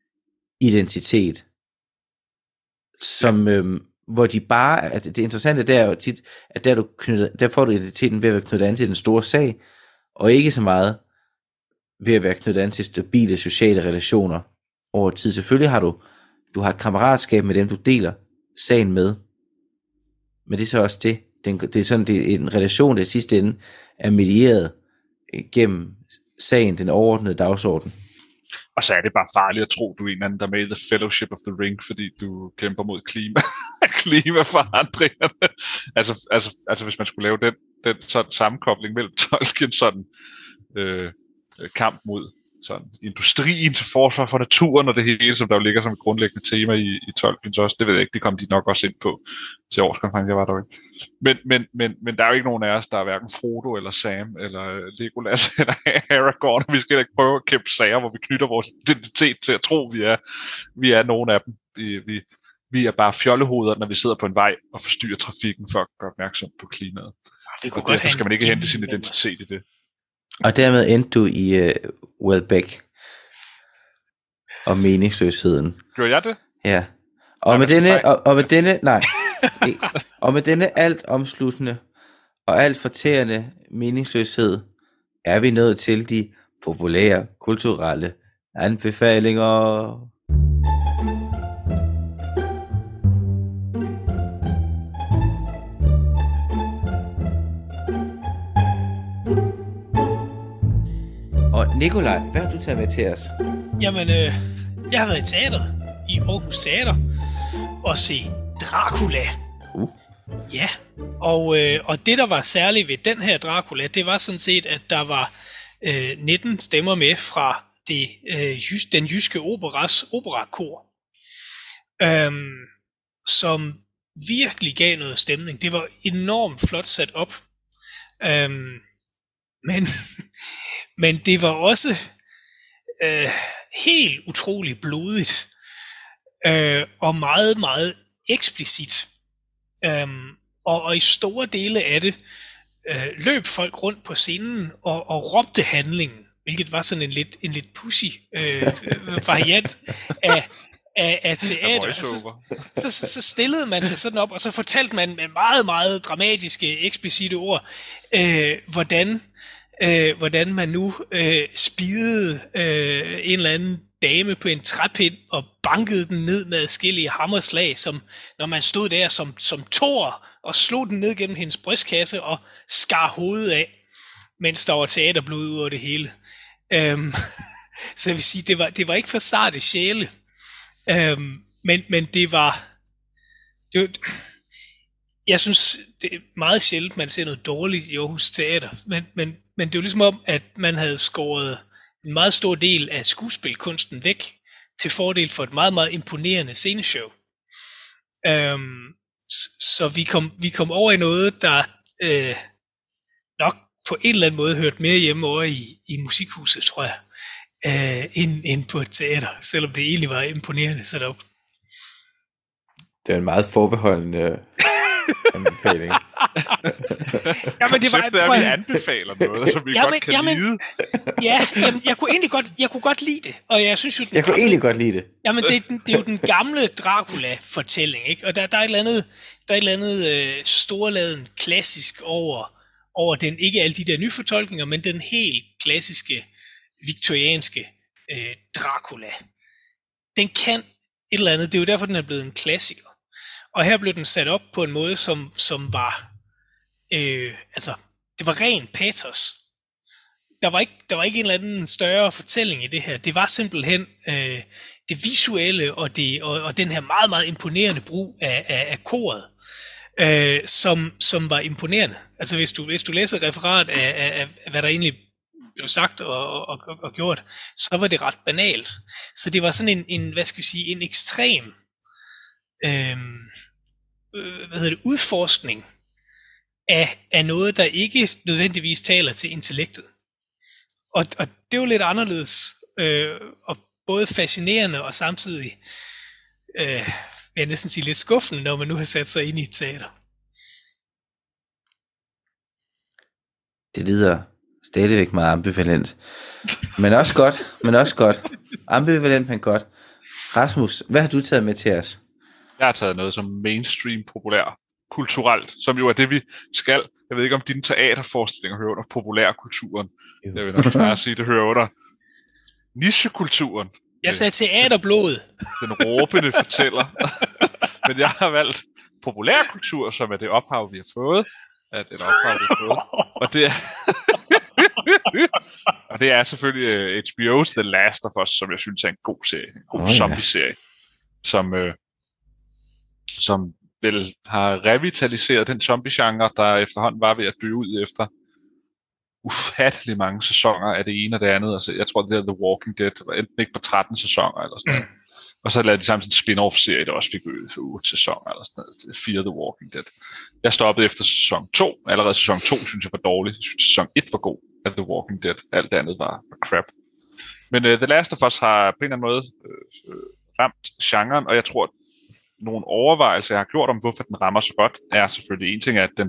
identitet, som, øhm, hvor de bare, at det interessante der er jo tit, at der, du knytter, der får du identiteten ved at være knyttet an til den store sag, og ikke så meget ved at være knyttet an til stabile sociale relationer over tid. Selvfølgelig har du, du har et kammeratskab med dem, du deler sagen med, men det er så også det, den, det er sådan, det er en relation, der i sidste ende er medieret gennem sagen, den overordnede dagsorden. Og så er det bare farligt at tro, du er en anden, der er med i The Fellowship of the Ring, fordi du kæmper mod klima, klimaforandringerne. altså, altså, altså hvis man skulle lave den, den sådan sammenkobling mellem Tolkiens sådan, øh, kamp mod sådan, industrien til forsvar for naturen og det hele, som der jo ligger som et grundlæggende tema i, i Tolkiens også. Det ved jeg ikke, det kom de nok også ind på til årskonferencen, jeg var der ikke. Men, men, men, men der er jo ikke nogen af os, der er hverken Frodo eller Sam eller Legolas eller Aragorn, og vi skal ikke prøve at kæmpe sager, hvor vi knytter vores identitet til at tro, vi er, vi er nogen af dem. Vi, vi, vi er bare fjollehoveder, når vi sidder på en vej og forstyrrer trafikken for at gøre opmærksom på klimaet. Det kunne og derfor skal man ikke hente sin identitet i det. Og dermed endte du i uh, Welbeck og meningsløsheden. Gjorde jeg det? Ja. Og nej, med denne, og, og med denne, nej, ikke, og med denne alt omsluttende og alt fortærende meningsløshed er vi nået til de populære kulturelle anbefalinger. Og Nikolaj, hvad har du taget med til os? Jamen, øh, jeg har været i teateret, i Aarhus Teater, og se Dracula. Uh. Ja, og, øh, og det, der var særligt ved den her Dracula, det var sådan set, at der var øh, nitten stemmer med fra det, øh, jys, den jyske operas operakor, øhm, som virkelig gav noget stemning. Det var enormt flot sat op. Øhm, men, men det var også øh, helt utroligt blodigt øh, og meget, meget eksplicit. Øhm, og, og i store dele af det øh, løb folk rundt på scenen og, og råbte handlingen, hvilket var sådan en lidt, en lidt pussy øh, variant af, af, af teater. Så, så, så stillede man sig sådan op, og så fortalte man med meget, meget dramatiske, eksplicite ord, øh, hvordan, øh, hvordan man nu øh, spidede øh, en eller anden dame på en træpind og bankede den ned med adskillige hammerslag, som når man stod der som, som Thor og slog den ned gennem hendes brystkasse og skar hovedet af, mens der var teaterblod ud over det hele. Øhm, så jeg vil sige, det var, det var ikke for sarte sjæle, øhm, men, men det var, det var, jeg synes, det er meget sjældent, man ser noget dårligt i Aarhus Teater, men, men, men det er jo ligesom om, at man havde skåret en meget stor del af skuespilkunsten væk, til fordel for et meget, meget imponerende sceneshow. Øhm, så vi kom, vi kom over i noget, der øh, nok på en eller anden måde hørte mere hjemme over i, i musikhuset, tror jeg, øh, end, end på et teater, selvom det egentlig var imponerende sat op. Det er en meget forbeholdende anbefaling. Jamen, det var, Konceptet er, at vi anbefaler noget, som vi jamen, godt kan jamen, lide. Ja, jamen, jeg kunne egentlig godt, jeg kunne godt lide det, og jeg synes jo, den jeg kunne gamle, egentlig godt lide det. Jamen, det, det er jo den gamle Dracula-fortælling, ikke? Og der, der er et eller andet, der er et eller andet øh, storladen klassisk over, over den, ikke alle de der nyfortolkninger, men den helt klassiske, viktorianske øh, Dracula. Den kan et eller andet, det er jo derfor, den er blevet en klassiker. Og her blev den sat op på en måde, som, som var, øh, altså, det var ren patos. Der var, ikke, der var ikke en eller anden større fortælling i det her. Det var simpelthen øh, det visuelle og, det, og, og den her meget, meget imponerende brug af, af, af koret, øh, som, som var imponerende. Altså hvis du, hvis du læser et referat af, af, af, hvad der egentlig blev sagt og, og, og, og gjort, så var det ret banalt. Så det var sådan en, en hvad skal vi sige, en ekstrem øh, hvad hedder det, udforskning af, af noget, der ikke nødvendigvis taler til intellektet. Og, og det er jo lidt anderledes, øh, og både fascinerende og samtidig, øh, vil jeg næsten sige, lidt skuffende, når man nu har sat sig ind i et teater. Det lyder stadigvæk meget ambivalent. Men også godt, men også godt. Ambivalent, men godt. Rasmus, hvad har du taget med til os? Jeg har taget noget som mainstream populær kulturelt, som jo er det, vi skal. Jeg ved ikke, om dine teaterforestillinger hører under populærkulturen. Jeg vil nok snart sige, at det hører under nichekulturen. Jeg sagde teaterblod. Den råbende fortæller. Men jeg har valgt populærkultur, som er det ophav, vi har fået. At det ophav, vi har fået. Og det er, og det er selvfølgelig uh, H B O's The Last of Us, som jeg synes er en god serie. En god oh, zombie-serie. Ja. Som, uh, som vel har revitaliseret den zombie-genre, der efterhånden var ved at dø ud efter ufattelig mange sæsoner af det ene og det andet. Altså, jeg tror, det er The Walking Dead var enten ikke på tretten sæsoner eller sådan noget. Mm. Og så lavede de sammen en spin-off-serie, der også fik ud for otte sæsoner eller sådan noget. fire The Walking Dead. Jeg stoppede efter sæson to. Allerede sæson to synes jeg var dårlig. Jeg synes, sæson et var god af The Walking Dead. Alt det andet var, var crap. Men uh, The Last of Us har på en eller anden måde uh, ramt genren, og jeg tror, at nogle overvejelser, jeg har gjort om, hvorfor den rammer så godt, er selvfølgelig en ting, at den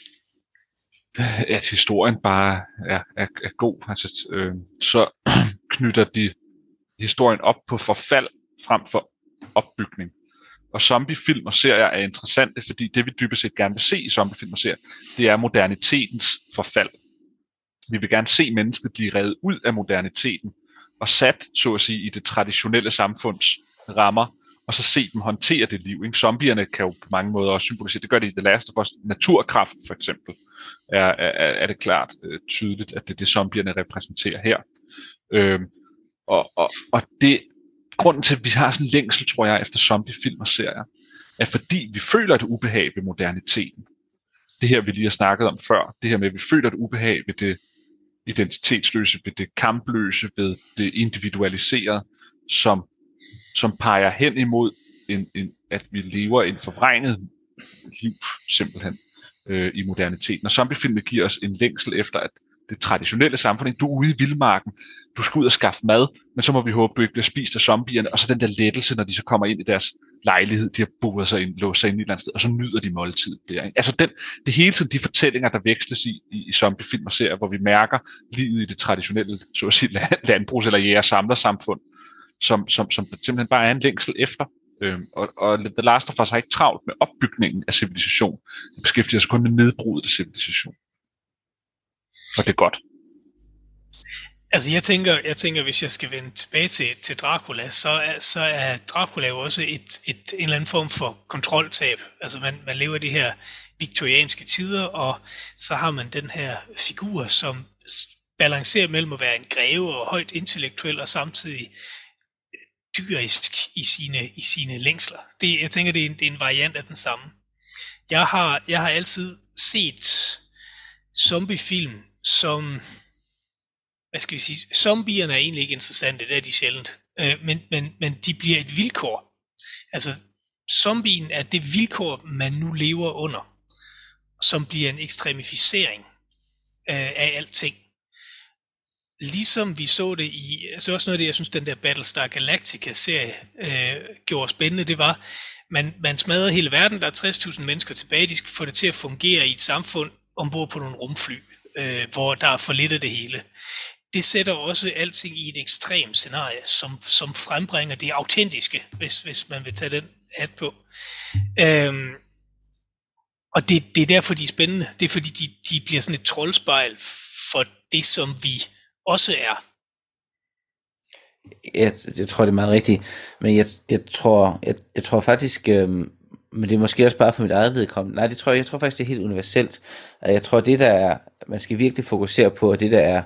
at historien bare er, er, er god. Altså, øh, så knytter de historien op på forfald frem for opbygning. Og zombiefilm og serier er interessante, fordi det vi dybest set gerne vil se i zombiefilm og serier, det er modernitetens forfald. Vi vil gerne se mennesket blive revet ud af moderniteten og sat, så at sige, i det traditionelle samfunds rammer, og så se dem håndtere det liv. Ikke? Zombierne kan jo på mange måder også symbolisere, det gør det i The Last of Us. Naturkraft for eksempel er, er, er det klart øh, tydeligt, at det er det, zombierne repræsenterer her. Øhm, og, og, og det grunden til, at vi har sådan en længsel, tror jeg, efter zombiefilm og serier, er fordi vi føler et ubehag ved moderniteten. Det her, vi lige har snakket om før, det her med, at vi føler et ubehag ved det identitetsløse, ved det kampløse, ved det individualiserede, som, som peger hen imod, en, en, at vi lever en forvrænget liv, simpelthen, øh, i moderniteten. Og zombiefilmen giver os en længsel efter, at det traditionelle samfund, du er ude i vildmarken, du skal ud og skaffe mad, men så må vi håbe, du ikke bliver spist af zombierne, og så den der lettelse, når de så kommer ind i deres lejlighed, de har boet sig ind, låst sig ind i et eller andet sted, og så nyder de måltid der. Ikke? Altså den, det hele tiden de fortællinger, der veksles i, i, i zombiefilm og serier, hvor vi mærker livet i det traditionelle, så at sige, landbrugs- eller jæger-samler-samfund, som, som, som simpelthen bare er en længsel efter. Øhm, og, og The Last of Us har ikke travlt med opbygningen af civilisation. Det beskæftiger sig kun med nedbruddet af civilisation. Og det er godt. Altså jeg tænker, jeg tænker, hvis jeg skal vende tilbage til, til Dracula, så er, så er Dracula jo også et, et, en eller anden form for kontroltab. Altså man, man lever i de her viktorianske tider, og så har man den her figur, som balancerer mellem at være en greve og højt intellektuel, og samtidig dyrisk i sine, i sine længsler. Det, jeg tænker, det er, en, det er en variant af den samme. Jeg har, jeg har altid set zombiefilm som, hvad skal vi sige, zombierne er egentlig ikke interessante, det er de sjældent, øh, men, men, men de bliver et vilkår. Altså, zombien er det vilkår, man nu lever under, som bliver en ekstremificering øh, af alting. Ligesom vi så det i, altså også noget af det, jeg synes, den der Battlestar Galactica-serie øh, gjorde spændende, det var, man, man smadrede hele verden, der er tres tusind mennesker tilbage, de skal få det til at fungere i et samfund ombord på nogle rumfly, øh, hvor der er for lidt af det hele. Det sætter også alting i et ekstremt scenarie, som, som frembringer det autentiske, hvis, hvis man vil tage den hat på. Øhm, og det, det er derfor, de er spændende. Det er fordi, de, de bliver sådan et troldspejl for det, som vi også er. Jeg, jeg tror, det er meget rigtigt. Men jeg, jeg, tror, jeg, jeg tror faktisk, øhm, men det er måske også bare for mit eget vedkommende. Nej, det tror jeg, jeg tror faktisk, det er helt universelt. Jeg tror, det der er, man skal virkelig fokusere på, og det der er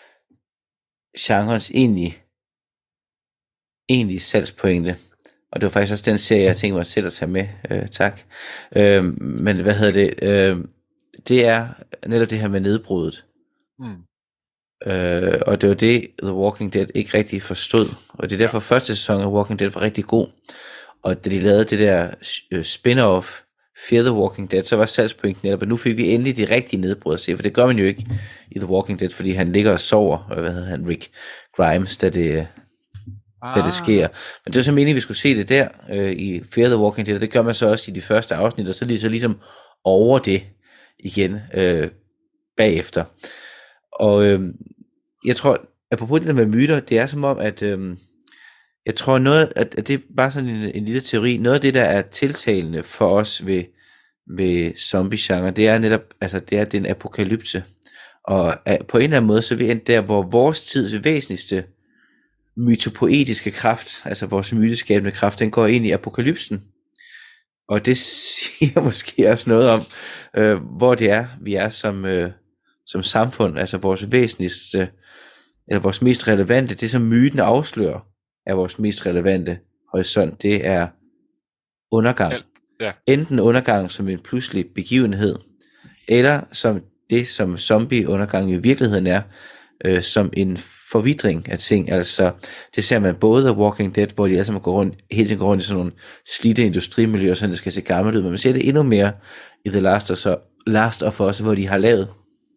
genrens egentlige, egentlige salgspointe. Og det var faktisk også den serie, jeg tænkte mig selv at tage med. Øh, tak. Øh, men hvad hedder det? Øh, det er netop det her med nedbruddet. Mm. Øh, og det var det, The Walking Dead ikke rigtig forstod. Og det er derfor, første sæson af Walking Dead var rigtig god. Og da de lavede det der spin-off, Fear the Walking Dead, så var salgspunkten netop, at nu fik vi endelig de rigtige nedbrud at se, for det gør man jo ikke i The Walking Dead, fordi han ligger og sover, og hvad hedder han, Rick Grimes, da det, ah. da det sker. Men det var så meningen, vi skulle se det der øh, i Fear the Walking Dead, og det gør man så også i de første afsnit, og så lige så ligesom over det igen øh, bagefter. Og øh, jeg tror, apropos det der med myter, det er som om, at øh, jeg tror noget, at, at det er bare sådan en, en lille teori, noget af det, der er tiltalende for os ved, ved zombie-genre, det er netop, altså det er den apokalypse. Og at, på en eller anden måde, så er vi endt der, hvor vores tids væsentligste mytopoetiske kraft, altså vores myteskabende kraft, den går ind i apokalypsen. Og det siger måske også noget om, øh, hvor det er, vi er som, øh, som samfund, altså vores væsentligste, eller vores mest relevante, det som myten afslører, er vores mest relevante horisont, det er undergang. Ja. Ja. Enten undergang som en pludselig begivenhed, eller som det, som zombie-undergang i virkeligheden er, øh, som en forvidring af ting. Altså, det ser man både af Walking Dead, hvor de alle sammen går rundt, hele tiden går rundt i sådan nogle slidte industrimiljøer, så det skal se gammelt ud, men man ser det endnu mere i The Last of, Last of Us, hvor de har lavet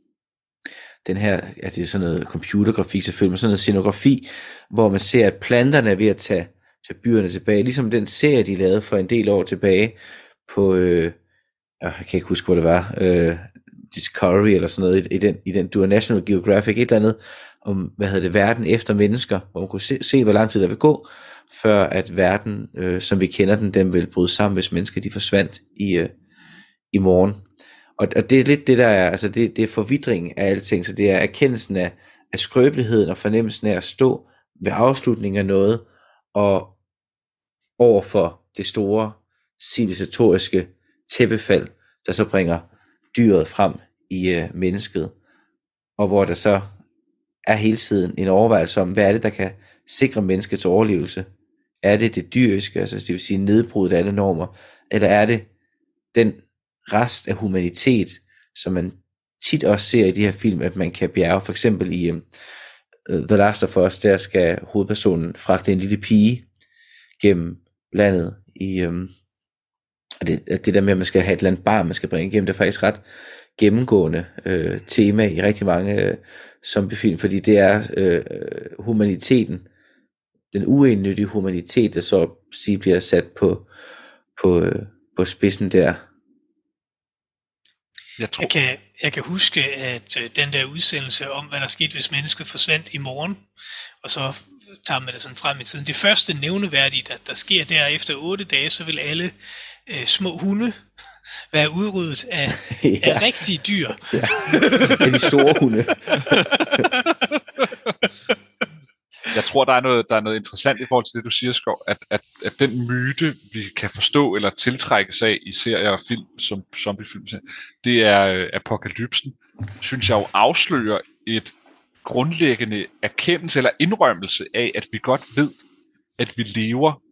den her, at det er sådan noget computergrafik selvfølgelig, men sådan noget scenografi, hvor man ser, at planterne er ved at tage, tage byerne tilbage, ligesom den serie, de lavede for en del år tilbage på, øh, jeg kan ikke huske, hvor det var, øh, Discovery eller sådan noget, i, i den, i den du National Geographic, et eller andet, om, hvad hedder det, verden efter mennesker, hvor man kunne se, se hvor lang tid der vil gå, før at verden, øh, som vi kender den, den vil bryde sammen, hvis mennesker, de forsvandt i, øh, i morgen. Og, og det er lidt det der er, altså det, det er forvidring af alting, så det er erkendelsen af, af skrøbeligheden og fornemmelsen af at stå ved afslutningen af noget, og overfor det store civilisatoriske tæppefald, der så bringer dyret frem i øh, mennesket, og hvor der så er hele tiden en overvejelse om, hvad er det, der kan sikre menneskets overlevelse? Er det det dyriske, altså det vil sige nedbruddet af alle normer, eller er det den rest af humanitet, som man tit også ser i de her film, at man kan bjerge. For eksempel i um, The Last of Us, der skal hovedpersonen fragte en lille pige gennem landet i... Um, og det, det der med, at man skal have et eller andet barn, man skal bringe igennem, det er faktisk ret gennemgående øh, tema i rigtig mange øh, zombiefilm, fordi det er øh, humaniteten, den uendelige humanitet, der så sige bliver sat på, på, øh, på spidsen der. Jeg, tror... jeg, kan, jeg kan huske, at øh, den der udsendelse om, hvad der skete, hvis mennesket forsvandt i morgen, og så tager man det sådan frem i tiden. Det første nævneværdige, der, der sker der efter otte dage, så vil alle øh, små hunde være udryddet af, ja. af rigtige dyr. Ja. Af de store hunde. Jeg tror, der er, noget, der er noget interessant i forhold til det, du siger, Skov, at, at, at den myte, vi kan forstå eller tiltrækkes af i serier og film, som zombiefilm, det er øh, apokalypsen, synes jeg jo afslører et grundlæggende erkendelse eller indrømmelse af, at vi godt ved, at vi lever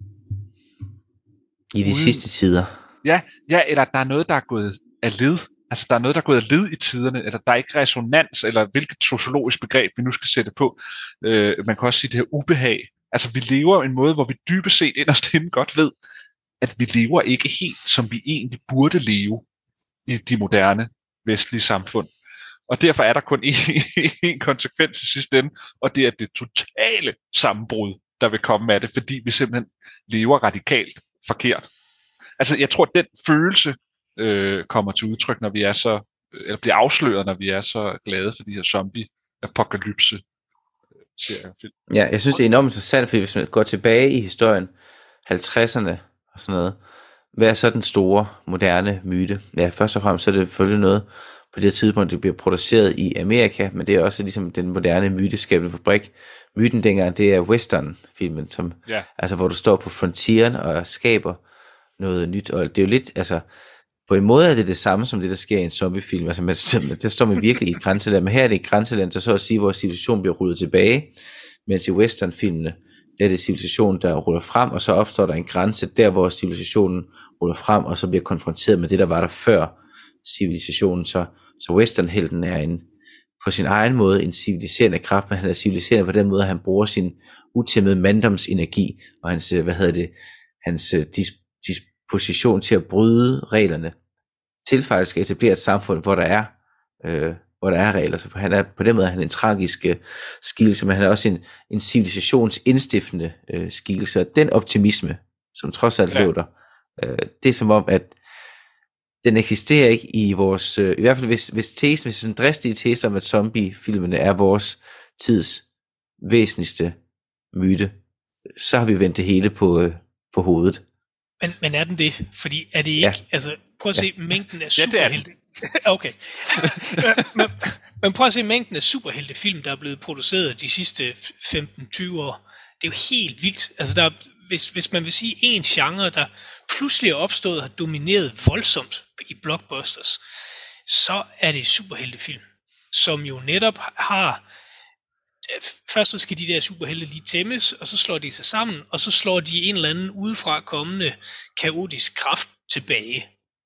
i de uden... sidste tider. Ja, ja, eller der er noget, der er gået af led. Altså, der er noget, der er gået af led i tiderne, eller der er ikke resonans, eller hvilket sociologisk begreb, vi nu skal sætte på. Øh, man kan også sige det her ubehag. Altså, vi lever en måde, hvor vi dybest set inderst inde godt ved, at vi lever ikke helt, som vi egentlig burde leve i de moderne vestlige samfund. Og derfor er der kun én konsekvens i sidste ende, og det er det totale sammenbrud, der vil komme af det, fordi vi simpelthen lever radikalt forkert. Altså, jeg tror, at den følelse øh, kommer til udtryk, når vi er så, eller bliver afsløret, når vi er så glade for de her zombie-apokalypse seriefilm. Ja, jeg synes, det er enormt interessant, fordi hvis man går tilbage i historien, halvtredserne og sådan noget, hvad er så den store, moderne myte? Ja, først og fremmest så er det selvfølgelig noget, på det tidspunkt, det bliver produceret i Amerika, men det er også ligesom den moderne myteskabende fabrik. Myten dengang, det er western-filmen, som, ja. altså, hvor du står på frontieren og skaber noget nyt, og det er jo lidt, altså, på en måde er det det samme som det, der sker i en zombiefilm, altså, man, der står man virkelig i et grænseland, men her er det et grænseland, der så at sige, hvor civilisationen bliver rullet tilbage, mens i western-filmene, der er det civilisationen, der ruller frem, og så opstår der en grænse, der hvor civilisationen ruller frem, og så bliver konfronteret med det, der var der før civilisationen, så, så westernhelten er en, på sin egen måde en civiliserende kraft, men han er civiliserende på den måde, at han bruger sin utæmmede manddomsenergi, og hans, hvad hedder det, hans dis- disposition til at bryde reglerne, til faktisk at etablere et samfund, hvor der er, øh, hvor der er regler. Så han er, på den måde er han en tragisk øh, skikkelse, men han er også en, en civilisationsinstiftende øh, skikkelse, og den optimisme, som trods alt ja. lå der, øh, det er som om, at den eksisterer ikke i vores, øh, i hvert fald hvis, hvis tesen, hvis en dristig tese om, at zombie-filmene er vores tids væsentligste myte, så har vi vendt det hele på, øh, på hovedet. Men, men er den det? Fordi er det ikke, ja. altså prøv at se ja. mængden af superhelte. Ja, okay. men, men prøv at se mængden af superheltefilm, der er blevet produceret de sidste femten til tyve år. Det er jo helt vildt. Altså der er, hvis, hvis man vil sige en genre, der pludselig er opstået og har domineret voldsomt i blockbusters, så er det superheltefilm, som jo netop har, først så skal de der superhelte lige tæmmes, og så slår de sig sammen, og så slår de en eller anden udefra kommende kaotisk kraft tilbage.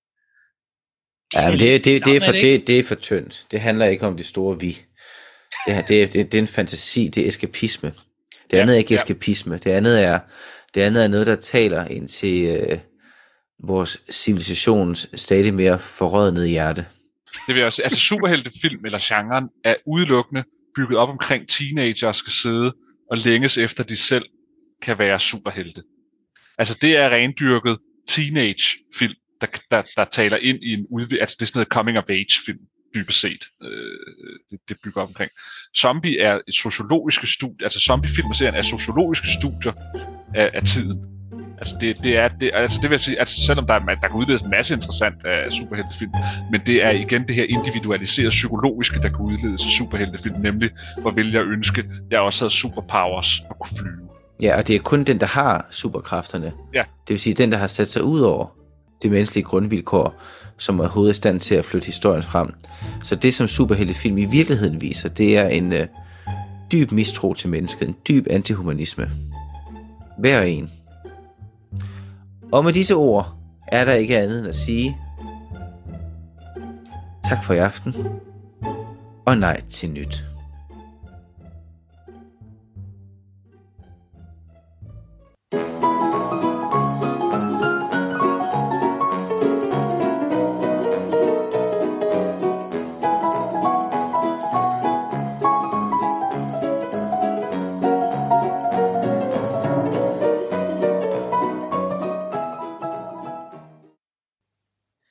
Det ja, det, det, det, det, er for, det, det er for tyndt. Det handler ikke om det store vi. Det, det, det, det er en fantasi, det er eskapisme. Det andet ja, er ikke ja. eskapisme. Det andet er, det andet er noget, der taler ind til øh, vores civilisations stadig mere forrådnede hjerte. Det vil også, altså superheltefilm eller genren er udelukkende bygget op omkring teenagere skal sidde og længes efter, de selv kan være superhelte. Altså det er rendyrket teenage-film, der, der, der taler ind i en udvikling, altså det er sådan noget coming-of-age-film, dybest set, øh, det, det bygger op omkring. Zombie er et sociologiske studie, altså zombie-filmserien er sociologiske studier af, af tiden. Altså det, det er, det, altså det vil sige, altså selvom der, der kan udledes en masse interessant af superheltefilm, men det er igen det her individualiserede psykologiske, der kan udledes af superheltefilm, nemlig hvor vil jeg ønske, jeg også havde superpowers og kunne flyve. Ja, og det er kun den, der har superkræfterne. Ja. Det vil sige, den, der har sat sig ud over det menneskelige grundvilkår, som er hovedet i stand til at flytte historien frem. Så det, som superheltefilm i virkeligheden viser, det er en øh, dyb mistro til mennesket, en dyb antihumanisme. Hver en. Og med disse ord er der ikke andet end at sige tak for i aften. og nej til nyt.